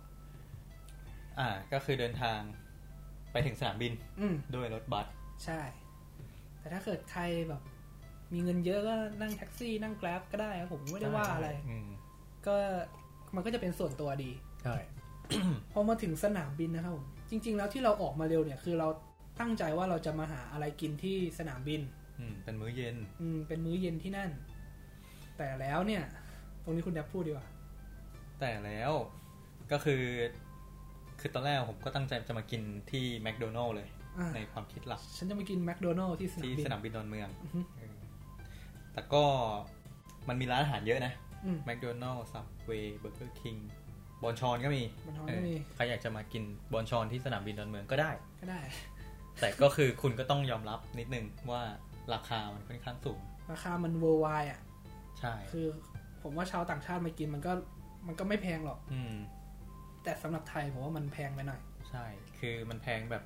S5: ก็คือเดินทางไปถึงสนามบินด้วยรถบัส
S4: ใช่แต่ถ้าเกิดใครแบบมีเงินเยอะก็นั่งแท็กซี่นั่ง Grab ก็ได้ครับผมไม่ได้ว่าอะไรก็มันก็จะเป็นส่วนตัวดี
S5: ใช่
S4: พอมาถึงสนามบินนะครับผมจริงๆแล้วที่เราออกมาเร็วเนี่ยคือเราตั้งใจว่าเราจะมาหาอะไรกินที่สนามบิน
S5: เป็นมื้อเย็น
S4: เป็นมื้อเย็นที่นั่นแต่แล้วเนี่ยตรงนี้คุณแดบพูดดีกว่า
S5: แต่แล้วก็คือตอนแรกผมก็ตั้งใจจะมากินที่แมคโดนัลล์เลยในความคิดหลัก
S4: ฉันจะมากินแมคโดนัลล์ที่
S5: สนามบินดอนเมืองแต่ก็มันมีร้านอาหารเยอะนะแมคโดนัลล์ ซับเวย์ เบอร์เกอร์คิง บอนชอนก็มีใครอยากจะมากินบอนชอนที่สนามบินดอนเมืองก็ได้แต่ก็คือคุณก็ต้องยอมรับนิดนึงว่าราคามันค่อนข้างสูง
S4: ราคามัน worldwide อ่ะ
S5: ใช่
S4: คือผมว่าชาวต่างชาติมากินมันก็ไม่แพงหรอกแต่สำหรับไทยผมว่ามันแพงไปหน่อย
S5: ใช่คือมันแพงแบบ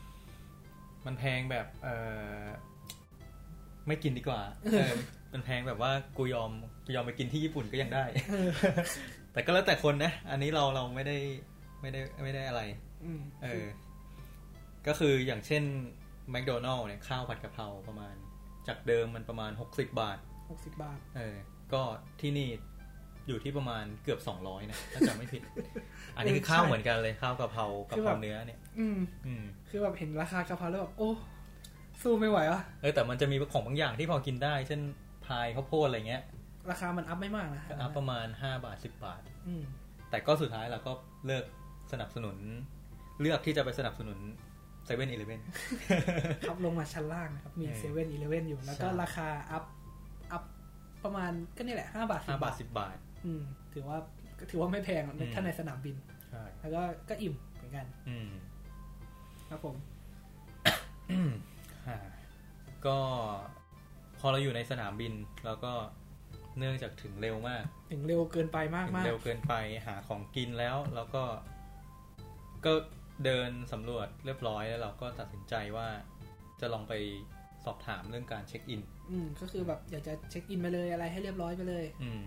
S5: ไม่กินดีกว่ามันแพงแบบว่ากูยอมไปกินที่ญี่ปุ่นก็ยังได้แต่ก็แล้วแต่คนนะอันนี้เราไม่ได้อะไรก็คืออย่างเช่นแมคโดนัลล์เนี่ยข้าวผัดกะเพราประมาณจากเดิมมันประมาณ60 บาทก็ที่นี่อยู่ที่ประมาณเกือบ200นะถ้าจำไม่ผิดอันนี้คือข้าวเหมือนกันเลยข้าวกะเพราเนื้อเนี่ย
S4: คือแบบเห็นราคากะเพราแล้วแบบโอ้สู้ไม่ไหวอ่ะ
S5: แต่มันจะมีของบางอย่างที่พอกินได้เช่นพายข้าวโพดอะไรเงี้ย
S4: ราคามันอัพไม่มากนะ
S5: อัพประมาณ5 บาท 10 บาทแต่ก็สุดท้ายเราก็เลือกที่จะไปสนับสนุน7-Eleven
S4: ครับลงมาชั้นล่างนะครับมี 7-Eleven อยู่แล้วก็ราคาอัพประมาณก็นี่แหละ5 บาท
S5: 10 บาท
S4: ถือว่าไม่แพงถ้าในสนามบินแล้วก็อิ่มเหมือนกันครับผม
S5: ก็พอเราอยู่ในสนามบินแล้วก็เนื่องจากถึงเร็วมาก
S4: ถึงเร็วเกินไปมาก
S5: เร็วเกินไปหาของกินแล้วก็เดินสำรวจเรียบร้อยแล้วเราก็ตัดสินใจว่าจะลองไปสอบถามเรื่องการเช็คอิน
S4: ก็คือแบบอยากจะเช็คอินไปเลยอะไรให้เรียบร้อยไปเลย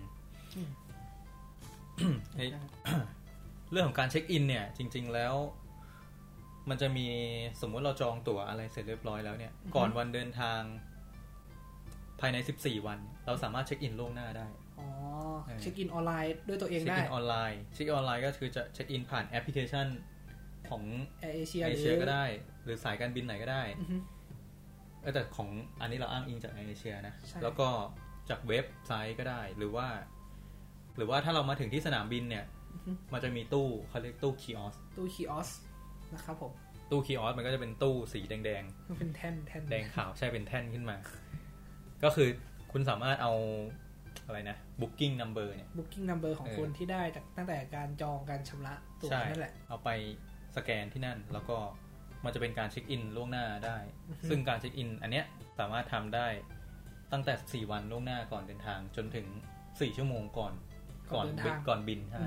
S5: เรื่องของการเช็คอินเนี่ยจริงๆแล้วมันจะมีสมมติเราจองตั๋วอะไรเสร็จเรียบร้อยแล้วเนี่ยก่อนวันเดินทางภายใน14 วันเราสามารถเช็คอินล่วงหน้าได้
S4: เช็คอินออนไลน์ด้วยตัวเองได้
S5: เช็คอินออนไลน์ก็คือจะเช็คอินผ่านแอปพลิเคชันของ
S4: เอเชีย
S5: ก็ได้หรือสายการบินไหนก็ได้แต่ของอันนี้เราอ้างอิงจากเอเชียนะแล้วก็จากเว็บไซต์ก็ได้หรือว่าถ้าเรามาถึงที่สนามบินเนี่ยมันจะมีตู้เขาเรียกตู้คีออส
S4: นะครับผม
S5: ตู้คีออสมันก็จะเป็นตู้สีแดง
S4: ๆเป็นแท่น
S5: แดงขาวใช่เป็นแท่นขึ้นมาก็คือคุณสามารถเอาอะไรนะ booking number เนี่ย
S4: booking number ของคุณที่ได้จากตั้งแต่การจองการชำระตั๋วนั่นแหละ
S5: เอาไปสแกนที่นั่นแล้วก็มันจะเป็นการเช็คอินล่วงหน้าได้ซึ่งการเช็คอินอันเนี้ยสามารถทำได้ตั้งแต่4 วันล่วงหน้าก่อนเดินทางจนถึง4 ชั่วโมงก่อนบินใช่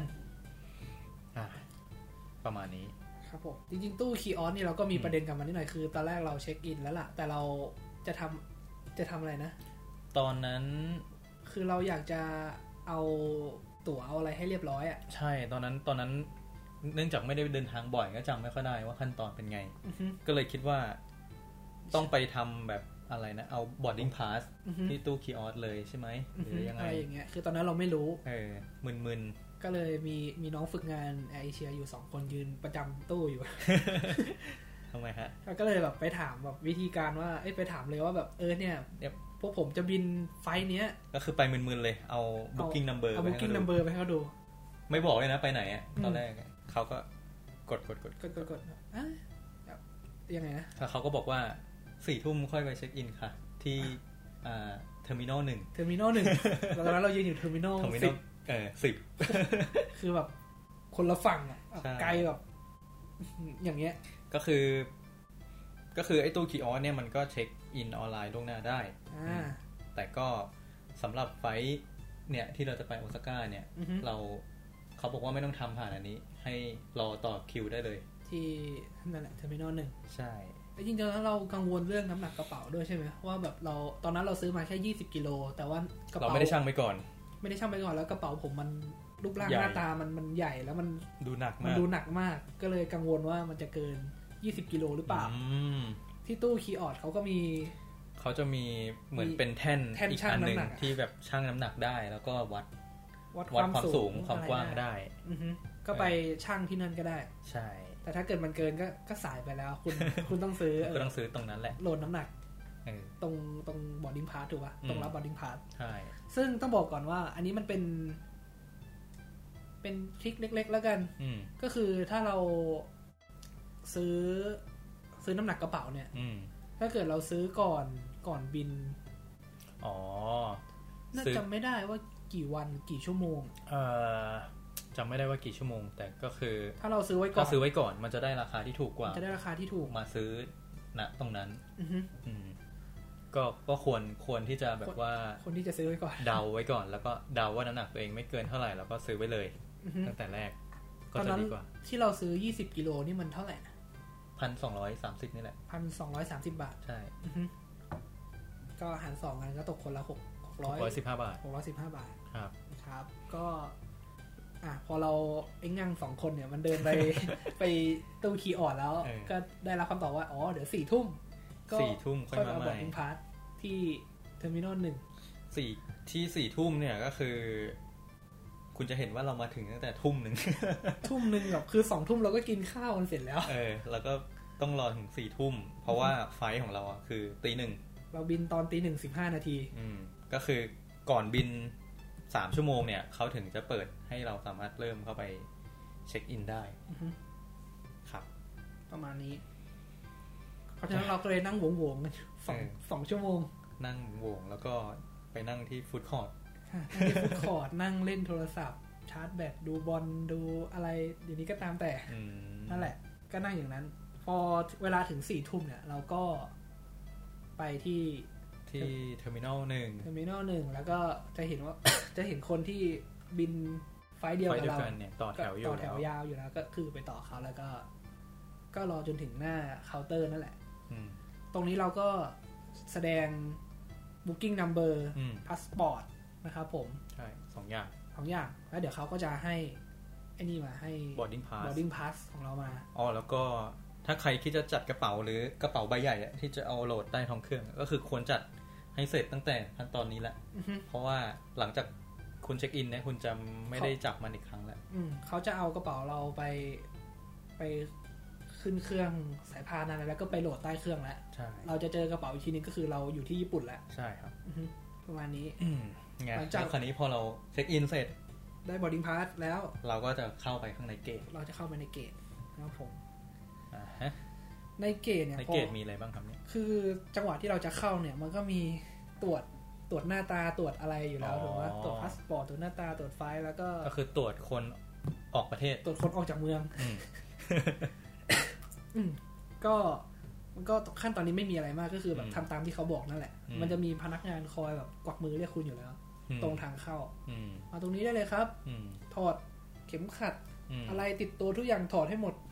S5: ประมาณนี้
S4: ครับผมจริงๆตู้คีออสนี่เราก็มีประเด็นกับมันนิดหน่อยคือตอนแรกเราเช็คอินแล้วล่ะแต่เราจะทำอะไรนะ
S5: ตอนนั้น
S4: คือเราอยากจะเอาตั๋วเอาอะไรให้เรียบร้อยอ่ะ
S5: ใช่ตอนนั้นเนื่องจากไม่ได้เดินทางบ่อยก็จำไม่ค่อยได้ว่าขั้นตอนเป็นไงก็เลยคิดว่าต้องไปทำแบบอะไรนะเอา boarding pass ที่ตู้คีออสเลยใช่ไหมหรือยังไง
S4: อะไรอย่างเงี้ยคือตอนนั้นเราไม่รู้
S5: มึน
S4: ก็เลยมีน้องฝึกงานแอร์เอเชียอยู่2 คนยืนประจำตู้อยู่
S5: ทำไมฮะ
S4: ก็เลยแบบไปถามแบบวิธีการว่าไปถามเลยว่าแบบเนี่ยพวกผมจะบินไฟล์เนี้ย
S5: ก็คือไปมึนๆเลยเอา booking number
S4: ไปให้เขาดู
S5: ไม่บอกเลยนะไปไหนอ่ะตอนแรกเขาก็กด
S4: ยังไงนะ
S5: เขาก็บอกว่า4 ทุ่มค่อยไปเช็คอินค่ะที่เทอร์มินอล 1
S4: แล้วตอนนั้นเรายืนอยู่เทอร์มินอล10คือแบบคนละฝั่งอ่ะไกลแบบอย่างเงี้ย
S5: ก็คือไอ้ตู้คีออสเนี่ยมันก็เช็คอินออนไลน์ล่วงหน้าได้แต่ก็สำหรับไฟล์เนี่ยที่เราจะไปโอซาก้าเนี่ยเขาบอกว่าไม่ต้องทำผ่านอันนี้ให้รอต่อคิวได้เลย
S4: ที่นั่นแหละเทอร์มินอล 1
S5: ใช่
S4: แต่จริงๆแล้วเรากังวลเรื่องน้ำหนักกระเป๋าด้วยใช่ไหมว่าแบบเราตอนนั้นเราซื้อมาแค่20 กิโลแต่ว่ากระเป๋า
S5: เราไม่ได้ชั่งไปก่อน
S4: แล้วกระเป๋าผมมันรูปร่างหน้าตามันใหญ่แล้วมัน
S5: ดูหนัก
S4: มากก็เลยกังวลว่ามันจะเกิน20 กิโลหรือเปล่าที่ตู้คีออสเขา
S5: จะมีเหมือนเป็นแท่นอีกอันนึงที่แบบชั่งน้ำหนักได้แล้วก็วัดความสูงความกว้างได้
S4: ก็ไปชั่งที่นั่นก็ได้
S5: ใช่
S4: แต่ถ้าเกิดมันเกินก็สายไปแล้วคุณต้องซื้อ
S5: ตรงนั้นแหละ
S4: โหลดน้ำหนักตรงบอร์ดิ้งพาสถูกป่ะตรงรับบอร์ดิ้งพาส
S5: ใช่
S4: ซึ่งต้องบอกก่อนว่าอันนี้มันเป็นทริคเล็กๆแล้วกันก็คือถ้าเราซื้อน้ำหนักกระเป๋าเนี่ยถ้าเกิดเราซื้อก่อนบินน่าจำไม่ได้ว่ากี่วันกี่ชั่วโมง
S5: จำไม่ได้ว่ากี่ชั่วโมงแต่ก็คือ
S4: ถ้าเราซื้อไว้
S5: ก่อนมันจะได้ราคาที่ถูกกว่า
S4: จะได้ราคาที่ถูก
S5: มาซื้อณตรงนั้นก็ควรที่จะแบบว่า
S4: คนที่จะซื้อไว้ก่อน
S5: เดาไว้ก่อนแล้วก็เดาว่าน้ำหนักตัวเองไม่เกินเท่าไหร่แล้วก็ซื้อไว้เลยตั้งแต่แรกก็จะดีกว่า
S4: ที่เราซื้อ20กิโลนี่มันเท่าไหร่นะ
S5: 1,230 นี่แหละ
S4: 1,230 บาท
S5: ใช่
S4: ก็หาร2กันก็ตกคนละ
S5: 615 บาท
S4: 615 บาท
S5: ครับ
S4: ก็พอเราไอ้งั่ง2คนเนี่ยมันเดินไปตู้คีย์ออดแล้วก็ได้รับคำตอบว่าเดี๋ยว 4 ทุ่ม
S5: ก็4 ทุ่มค่อยมาใหม่
S4: บอร์ดิ้งพาสที่เทอร์มินอล1
S5: ที่4 ทุ่มเนี่ยก็คือคุณจะเห็นว่าเรามาถึงตั้งแต่ทุ่มนึง
S4: แบบคือ2 ทุ่มเราก็กินข้าวกันเสร็จแล้ว
S5: แล้วก็ต้องรอถึง4 ทุ่มเพราะว่าไฟล์ของเราคือ 1:00 น
S4: เราบินตอน 1:15 นาที
S5: ก็คือก่อนบิน3 ชั่วโมงเนี่ยเขาถึงจะเปิดให้เราสามารถเริ่มเข้าไปเช็คอินได้ครับ
S4: ประมาณนี้เพราะฉะนั้นเราก็เลยนั่งโหวงๆกัน2 ชั่วโมง
S5: นั่งโหวงแล้วก็ไปนั่งที่ฟู้ดคอร์ท
S4: นั่งที่ฟู้ดคอร์ทนั่งเล่นโทรศัพท์ชาร์จแบตดูบอลดูอะไรเดี๋ยวนี้ก็ตามแต่นั่นแหละก็นั่งอย่างนั้นพอเวลาถึง 4 ทุ่มเนี่ยเราก็ไปที่
S5: เทอร์มินอล
S4: 1แล้วก็จะเห็นว่าจะเห็นคนที่บินไฟล์เดียวกับเรา
S5: เนี่ยต่อแถ
S4: วยาวอยู่แล้วก็คือไปต่อเขาแล้วก็รอจนถึงหน้าเคาน์เตอร์นั่นแหละตรงนี้เราก็แสดง booking number passport นะครับผม
S5: ใช่2 อย่าง
S4: แล้วเดี๋ยวเขาก็จะให้ไอ้นี่มาให้
S5: boarding
S4: pass ของเรามา
S5: แล้วก็ถ้าใครคิดจะจัดกระเป๋าหรือกระเป๋าใบใหญ่ที่จะเอาโหลดใต้ท้องเครื่องก็คือควรจัดให้เสร็จตั้งแต่ขั้นตอนนี้แหละเพราะว่าหลังจากคุณเช็คอินเนี่ยคุณจะไม่ได้จับมันอีกครั้งแล้ว
S4: เขาจะเอากระเป๋าเราไปขึ้นเครื่องสายพานอะไรแล้วก็ไปโหลดใต้เครื่องแล้วเราจะเจอกระเป๋าอีกทีนึงก็คือเราอยู่ที่ญี่ปุ่นแล้ว
S5: ใช่ครับ
S4: ประมาณนี้
S5: หลังจากคราวนี้พอเราเช็คอินเสร็จ
S4: ได้ boarding pass แล้ว
S5: เราก็จะเข้าไปข้างในเกต
S4: เราจะเข้าไปในเกตนะครับผมในเกตเนี่ย
S5: ในเกตมีอะไรบ้างครับเนี่ย
S4: คือจังหวะที่เราจะเข้าเนี่ยมันก็มีตรวจหน้าตาตรวจอะไรอยู่แล้วถูกไหมตรวจพาสปอร์ตตรวจหน้าตาตรวจไฟล์แล้วก็
S5: คือตรวจคนออกประเทศ
S4: ตรวจคนออกจากเมืองก็มันก็ขั้นตอนนี้ไม่มีอะไรมากก็คือแบบทำตามที่เขาบอกนั่นแหละมันจะมีพนักงานคอยแบบกวักมือเรียกคุณอยู่แล้วตรงทางเข้ามาตรงนี้ได้เลยครับถอดเข็มขัดอะไรติดตัวทุกอย่างถอดให้หมด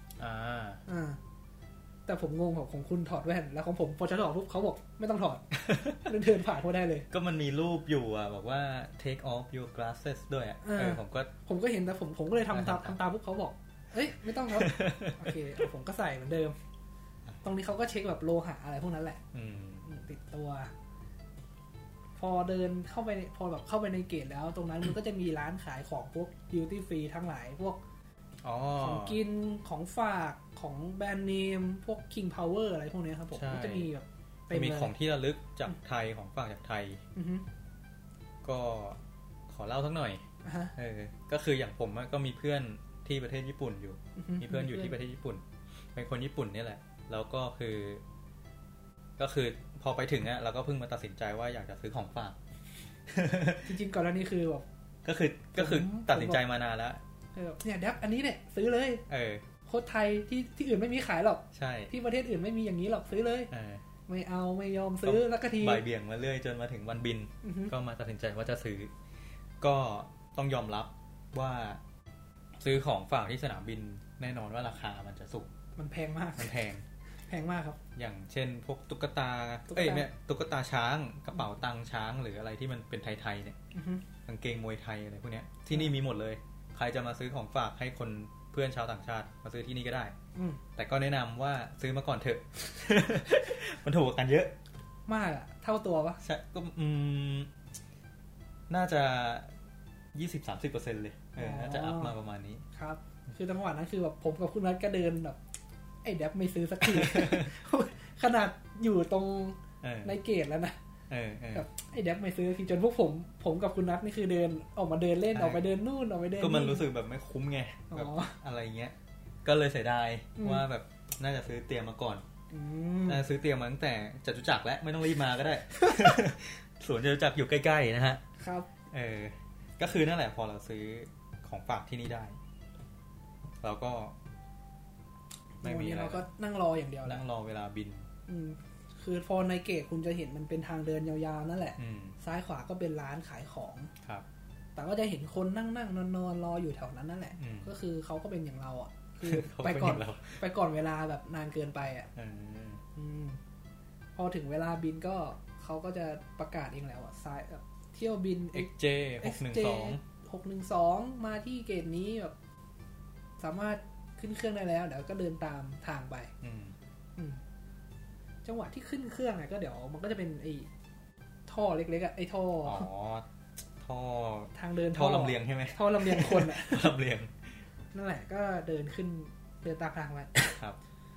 S4: แต่ผมงงของคุณถอดแว่นแล้วของผมพอจะถอดปุ๊บเขาบอกไม่ต้องถอดเดินผ่านเขาได้เลย
S5: ก็มันมีรูปอยู่บอกว่า take off your glasses ด้วย
S4: ผมก็เห็นแต่ผมก็เลยทำตามปุ๊บเขาบอกเอ้ยไม่ต้องครับโอเคผมก็ใส่เหมือนเดิมตรงนี้เขาก็เช็คแบบโลหะอะไรพวกนั้นแหละติดตัวพอเดินเข้าไปพอแบบเข้าไปในเกตแล้วตรงนั้นมันก็จะมีร้านขายของพวก duty free ทั้งหลายพวกของกินของฝากของแบรนด์เนมพวก King Power อะไรพวกนี้ครับผมก็จะมีแบบ
S5: มีของที่ระลึกจากไทยของฝากจากไทยก็ขอเล่าสักหน่อยก็คืออย่างผมก็มีเพื่อนที่ประเทศญี่ปุ่นอยู่มีเพื่อนอยู่ที่ประเทศญี่ปุ่นเป็นคนญี่ปุ่นนี่แหละแล้วก็คือพอไปถึงเราก็เพิ่งมาตัดสินใจว่าอยากจะซื้อของฝาก
S4: จริงๆก่อนแล้วนี่คือแบบ
S5: ก็คือตัดสินใจมานานแล้ว
S4: เนี่ยดับอันนี้เนี่ยซื้อเลยโค้ดไทยที่อื่นไม่มีขายหรอก
S5: ใช่
S4: ที่ประเทศอื่นไม่มีอย่างนี้หรอกซื้อเลยไม่ยอมซื้อแล้วก็ที
S5: บ่ายเบี่ยงมาเรื่อยจนมาถึงวันบินก็มาตัดสินใจว่าจะซื้อก็ต้องยอมรับว่าซื้อของฝากที่สนามบินแน่นอนว่าราคามันจะสูง
S4: มันแพงมาก
S5: มันแพง
S4: มากครับ
S5: อย่างเช่นพวกตุ๊กตาเนี่ยตุ๊กตาช้างกระเป๋าตังค์ช้างหรืออะไรที่มันเป็นไทยๆเนี่ยกางเกงมวยไทยอะไรพวกเนี้ยที่นี่มีหมดเลยใครจะมาซื้อของฝากให้คนเพื่อนชาวต่างชาติมาซื้อที่นี่ก็ได้แต่ก็แนะนำว่าซื้อมาก่อนเถอะ มันถูกกันเยอะ
S4: มากเท่าตัวปะ
S5: ใช่ก็น่าจะ 20-30% เลยน่าจะอัพมาประมาณนี้
S4: ครับคือจังหวะนั้นคือแบบผมกับคุณนัทก็เดินแบบไอ้แดบไม่ซื้อสักที ขนาดอยู่ตรงในเกตแล้วนะแบบไอ้แดกไม่ซื้อทีจนพวกผมกับคุณนัทนี่คือเดินออกมาเดินเล่นออกไปเดินนู่นออกไปเดิน
S5: ก็มันรู้สึกแบบไม่คุ้มไงแบบอะไรเงี้ยก็เลยเสียดายว่าแบบน่าจะซื้อเตรียมมาก่อนน่าจะซื้อเตรียมมาตั้งแต่จตุจักรแล้วไม่ต้องรีบมาก็ได้ สวนจตุจักรอยู่ใกล้ๆนะฮะ
S4: ครับ
S5: ก็คือนั่นแหละพอเราซื้อของฝากที่นี่ได้เราก็
S4: ไม่มีอะไรเราก็นั่งรออย่างเดียว
S5: นั่งรอเวลาบิน
S4: คือพอในเกตคุณจะเห็นมันเป็นทางเดินยาวๆนั่นแหละซ้ายขวาก็เป็นร้านขายของ
S5: ครับ
S4: แต่ก็จะเห็นคนนั่งนอนรออยู่แถวนั้นนั่นแหละก็คือเขาก็เป็นอย่างเราอ่ะคือไปก่อนเวลาแบบนานเกินไปอ่ะพอถึงเวลาบินก็เขาก็จะประกาศเองแล้วอ่ะซ้ายเที่ยวบิน
S5: XJ
S4: 612มาที่เกตนี้แบบสามารถขึ้นเครื่องได้แล้วเดี๋ยวก็เดินตามทางไปจังหวะที่ขึ้นเครื่องก็เดี๋ยวมันก็จะเป็นไอ้ท่อเล็กๆไอ้ท่อทางเดิน
S5: ท่อลำเลียงใช่ไหม
S4: ท่อลำเลียงคนอ่ะ
S5: ลำเลียง
S4: นั่นแหละก็เดินตามทางไป
S5: ครับ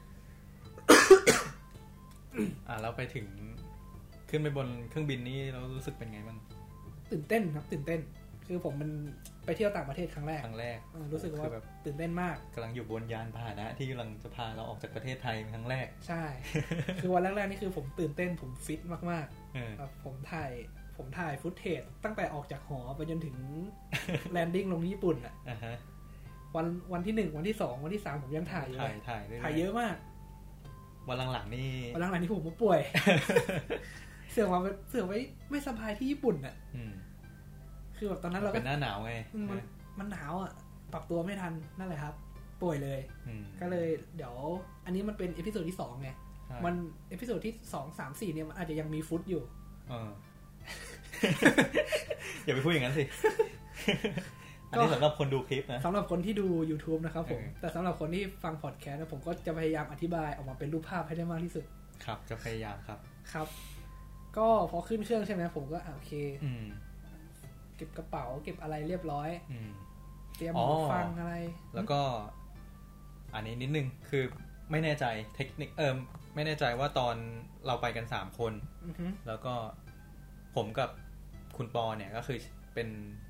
S5: เราไปถึงขึ้นไปบนเครื่องบินนี่เรารู้สึกเป็นไงบ้าง
S4: ตื่นเต้นครับตื่นเต้นคือผมมันไปเที่ยวต่างประเทศครั้งแรกรู้สึกว่าแบบตื่นเต้นมาก
S5: กำลังอยู่บนยานพาหนะที่กำลังจะพาเราออกจากประเทศไทยครั้งแรก
S4: ใช่ คือวันแรกๆนี่คือผมตื่นเต้นผมฟิตมากๆแบบผมถ่ายฟุตเทจตั้งแต่ออกจากหอไปจนถึงแลนดิ้งลงที่ญี่ปุ่นอ่ะวันที่1วันที่2วันที่3ผมยังถ่ายอยู่ถ่ายเยอะมาก
S5: วันหลังๆนี่
S4: ผมป่วย เสื่อไว้ไม่สบายที่ญี่ปุ่นอ่ะคือแบบตอนนั้นเราก็
S5: เป็นหน้าหนาวไง
S4: มันหนาวอ่ะปรับตัวไม่ทันนั่นแหละครับป่วยเลยก็เลยเดี๋ยวอันนี้มันเป็นเอพิโซดที่2ไงมันเอพิโซดที่2 3 4เนี่ยมันอาจจะยังมีฟุตอยู่
S5: อย่าไปพูดอย่างนั้นสิอันนี้สำหรับคนดูคลิปนะ
S4: สำหรับคนที่ดู YouTube นะครับผมแต่สำหรับคนที่ฟังพอดแคสต์ผมก็จะพยายามอธิบายออกมาเป็นรูปภาพให้ได้มากที่สุด
S5: ครับจะพยายาม
S4: ครับก็พอขึ้นเครื่องใช่ไหมผมก็โอเคเก็บกระเป๋าเก็บอะไรเรียบร้อยเตรียมหูฟังอะไร
S5: แล้วก็อันนี้นิดนึงคือไม่แน่ใจเทคนิคไม่แน่ใจว่าตอนเราไปกัน3คนแล้วก็ผมกับคุณปอเนี่ยก็คือเป็น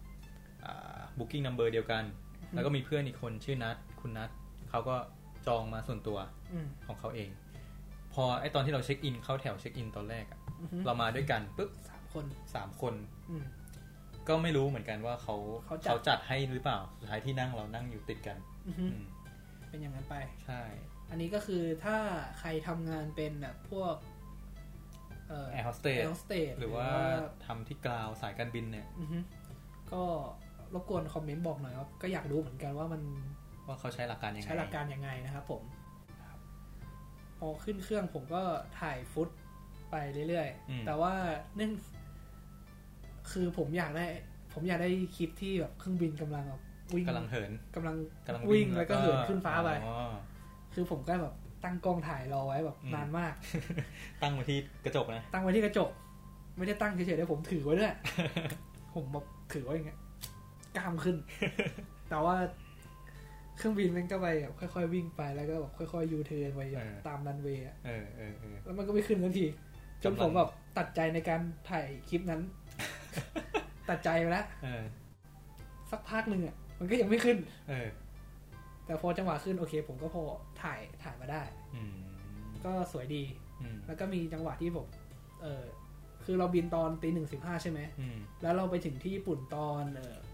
S5: booking number เดียวกันแล้วก็มีเพื่อนอีกคนชื่อนัทคุณนัทเขาก็จองมาส่วนตัวของเขาเองพอไอตอนที่เราเช็คอินเข้าแถวเช็คอินตอนแรกเรามาด้วยกันปุ๊บ3 คนก็ไม่รู้เหมือนกันว่าเขาจัดให้หรือเปล่าสุดท้ายที่นั่งเรานั่งอยู่ติดกัน
S4: เป็นอย่างนั้นไป
S5: ใช่
S4: อันนี้ก็คือถ้าใครทำงานเป็นแบบพวก
S5: แอร์โฮสเตสหรือว่าทำที่กราวสายการบินเนี่ย
S4: ก็รบกวนคอมเมนต์บอกหน่อยว่าก็อยากรู้เหมือนกันว่า
S5: เขาใช้หลักการยัง
S4: ไงนะครับผมพอขึ้นเครื่องผมก็ถ่ายฟุตไปเรื่อยๆแต่ว่าเนื่องคือผมอยากได้คลิปที่แบบเครื่องบินกำลังวิ่ง
S5: กำลังเหิน
S4: กำลังวิ่งแล้วก็เหินขึ้นฟ้าไปคือผมก็แบบตั้งกล้องถ่ายรอไว้แบบนานมาก
S5: ตั้งไว้ที่กระจกนะ
S4: ตั้งไว้ที่กระจกไม่ได้ตั้งเฉยๆได้ผมถือไว้ด้วยผมแบบถือไว้อย่างเงี้ยกล้ามขึ้นแต่ว่าเครื่องบินมันก็ไปแบบค่อยๆวิ่งไปแล้วก็แบบค่อยๆยูเทิร์นไปตามรันเวย์แล้วมันก็ไม่ขึ้นทันทีจนผมแบบตัดใจในการถ่ายคลิปนั้นตัดใจไปแล้วสักพักนึงอ่ะมันก็ยังไม่ขึ้นแต่พอจังหวะขึ้นโอเคผมก็พอถ่ายมาได้ก็สวยดีแล้วก็มีจังหวะที่ผมคือเราบินตอน 1:15 ใช่ไหมแล้วเราไปถึงที่ญี่ปุ่นตอน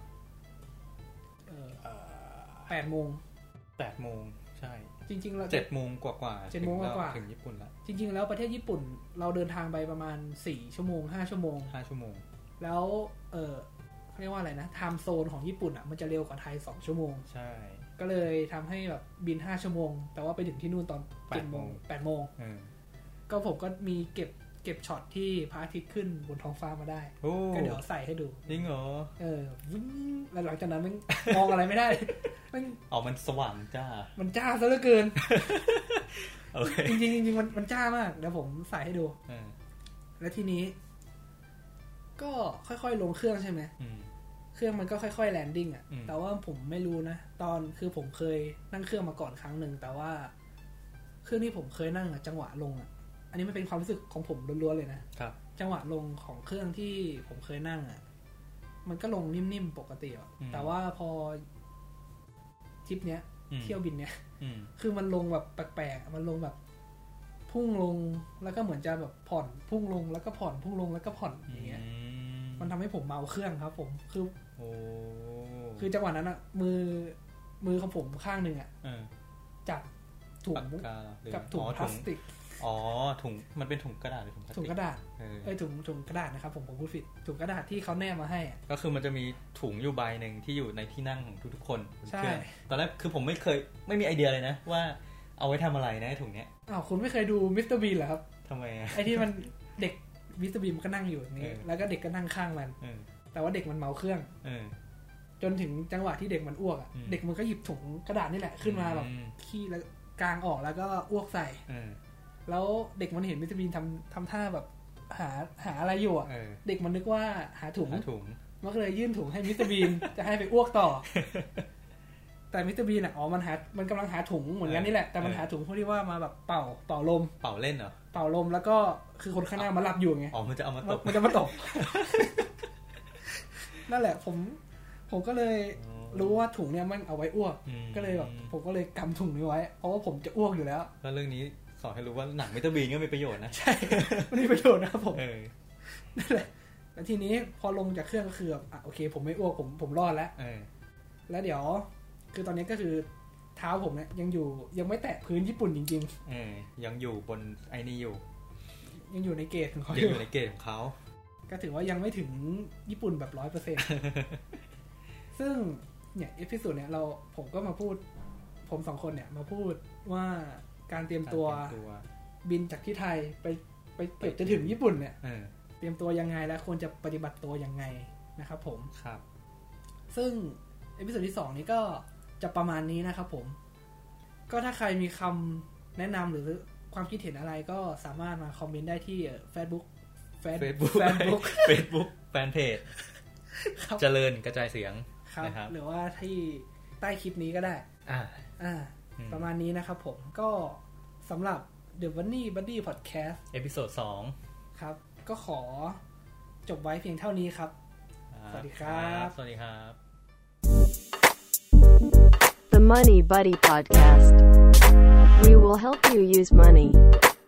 S4: 8 โมง
S5: ใช่
S4: จริงๆแล้ว
S5: 7 โมงกว่า
S4: 7 โมงกว่า
S5: ถึงญี่ปุ่นแล้ว
S4: จริงๆแล้วประเทศญี่ปุ่นเราเดินทางไปประมาณ4 ชั่วโมง5 ชั่วโมงแล้วเขาเรียกว่าอะไรนะไทม์โซนของญี่ปุ่นอ่ะมันจะเร็วกว่าไทย2 ชั่วโมง
S5: ใช่
S4: ก็เลยทำให้แบบบิน5 ชั่วโมงแต่ว่าไปถึงที่นู่นตอน8 โมงก็ผมก็มีเก็บช็อตที่พระอาทิตย์ขึ้นบนท้องฟ้ามาได้ก็เดี๋ยวใส่ให้ดู
S5: จริงเหรอ
S4: แล้วหลังจากนั้นมันมองอะไรไม่ได้
S5: มันสว่างจ้า
S4: มันจ้าซะเหลือเกินจริงมันจ้ามากเดี๋ยวผมใส่ให้ดูแล้วทีนี้ก็ค่อยๆลงเครื่องใช่ไหมเครื่องมันก็ค่อยๆแลนดิ้งอ่ะแต่ว่าผมไม่รู้นะคือผมเคยนั่งเครื่องมาก่อนครั้งหนึ่งแต่ว่าเครื่องที่ผมเคยนั่งจังหวะลงอ่ะอันนี้มันเป็นความรู้สึกของผมล้วนๆเลยนะครับจังหวะลงของเครื่องที่ผมเคยนั่งอ่ะมันก็ลงนิ่มๆปกติอ่ะแต่ว่าพอทริปเนี้ยเที่ยวบินเนี้ยคือมันลงแบบแปลกๆมันลงแบบพุ่งลงแล้วก็เหมือนจะแบบผ่อนพุ่งลงแล้วก็ผ่อนพุ่งลงแล้วก็ผ่อนอย่างเงี้ยมันทำให้ผมเมาเครื่องครับผมคือจังหวะนั้นอ่ะมือของผมข้างนึงอ่ะจับถุงกับถุงพลาสติก
S5: ถุงมันเป็นถุงกระดาษหรือถุงพลาสติก
S4: ถุงกระดาษถุงกระดาษนะครับผมพูดผิดถุงกระดาษที่เขาแนบมาให้
S5: ก็คือมันจะมีถุงอยู่ใบนึงที่อยู่ในที่นั่งของทุกๆคน
S4: ใช่
S5: ตอนแรกคือผมไม่มีไอเดียเลยนะว่าเอาไว้ทำอะไรนะถุงเนี้ย
S4: คุณไม่เคยดูมิสเตอร์บีนเหรอครับ
S5: ทำไม
S4: ไอ้ที่มันเด็กมิสเตอร์บีนมันก็นั่งอยู่นี่แล้วก็เด็กก็นั่งข้างมันแต่ว่าเด็กมันเมาเครื่องจนถึงจังหวะที่เด็กมันอ้วกอ่ะเด็กมันก็หยิบถุงกระดาษนี่แหละขึ้นมาแบบขี้แล้วกางออกแล้วก็อ้วกใส่แล้วเด็กมันเห็นมิสเตอร์บีนทำท่าแบบหาอะไรอยู่อ่ะเด็กมันนึกว่าหาถุงมันก็เลยยื่นถุงให้มิสเตอร์บีนจะให้ไปอ้วกต่อแต่มิสเตอร์บีนอ่ะมันกำลังหาถุงเหมือนกันนี่แหละแต่มันหาถุงเพื่อที่ว่ามาแบบเป่าลม
S5: เป่าเล่นเหรอ
S4: เป่าลมแล้วก็คือคนข้างหน้ามาหลับอยู่ไง
S5: มันจะเอามาตบ
S4: มันจะมาตบนั่นแหละผมก็เลยรู้ว่าถุงเนี่ยมันเอาไว้อ้วกก็เลยแบบผมก็เลยกำถุงนี้ไว้เพราะว่าผมจะอ้วกอยู่แล้ว
S5: แล้วเรื่องนี้สอนให้รู้ว่าหนังมิสเตอร์บีนก็มีประโยชน์นะ
S4: ใช่มันมีประโยชน์นะครับผมนั่นแหละแล้วทีนี้พอลงจากเครื่องก็คือโอเคผมไม่อ้วกผมรอดแล้วแล้วเดี๋ยวคือตอนนี้ก็คือเท้าผมเนี่ยยังไม่แตะพื้นญี่ปุ่นจริง
S5: ๆยังอยู่บนไอ้นี่
S4: ยังอยู่ในเกจของเขา
S5: อยู่ในเกจของเขา
S4: ก็ถือว่ายังไม่ถึงญี่ปุ่นแบบ 100% ซึ่งเนี่ยเอพิโซดเนี่ยผมก็มาพูดผม2คนเนี่ยมาพูดว่าการเตรียมตัวบินจากที่ไทยไปเกือบจะถึงญี่ปุ่นเนี่ยเตรียมตัวยังไงและควรจะปฏิบัติตัวยังไงนะครับผม
S5: ครับ
S4: ซึ่งเอพิโซดที่2นี้ก็จะประมาณนี้นะครับผมก็ถ้าใครมีคำแนะนำหรือความคิดเห็นอะไรก็สามารถมาคอมเมนต์ได้ที่ Facebook แฟ
S5: นเพจเจริญกระจายเสียง
S4: นะครับหรือว่าที่ใต้คลิปนี้ก็ได้ประมาณนี้นะครับผมก็สำหรับ The Money Buddy Podcast
S5: เอพิโซด2
S4: ครับก็ขอจบไว้เพียงเท่านี้ครับสวัสดีครับ
S5: สวัสดีครับ
S3: The Money Buddy Podcast. We will help you use money.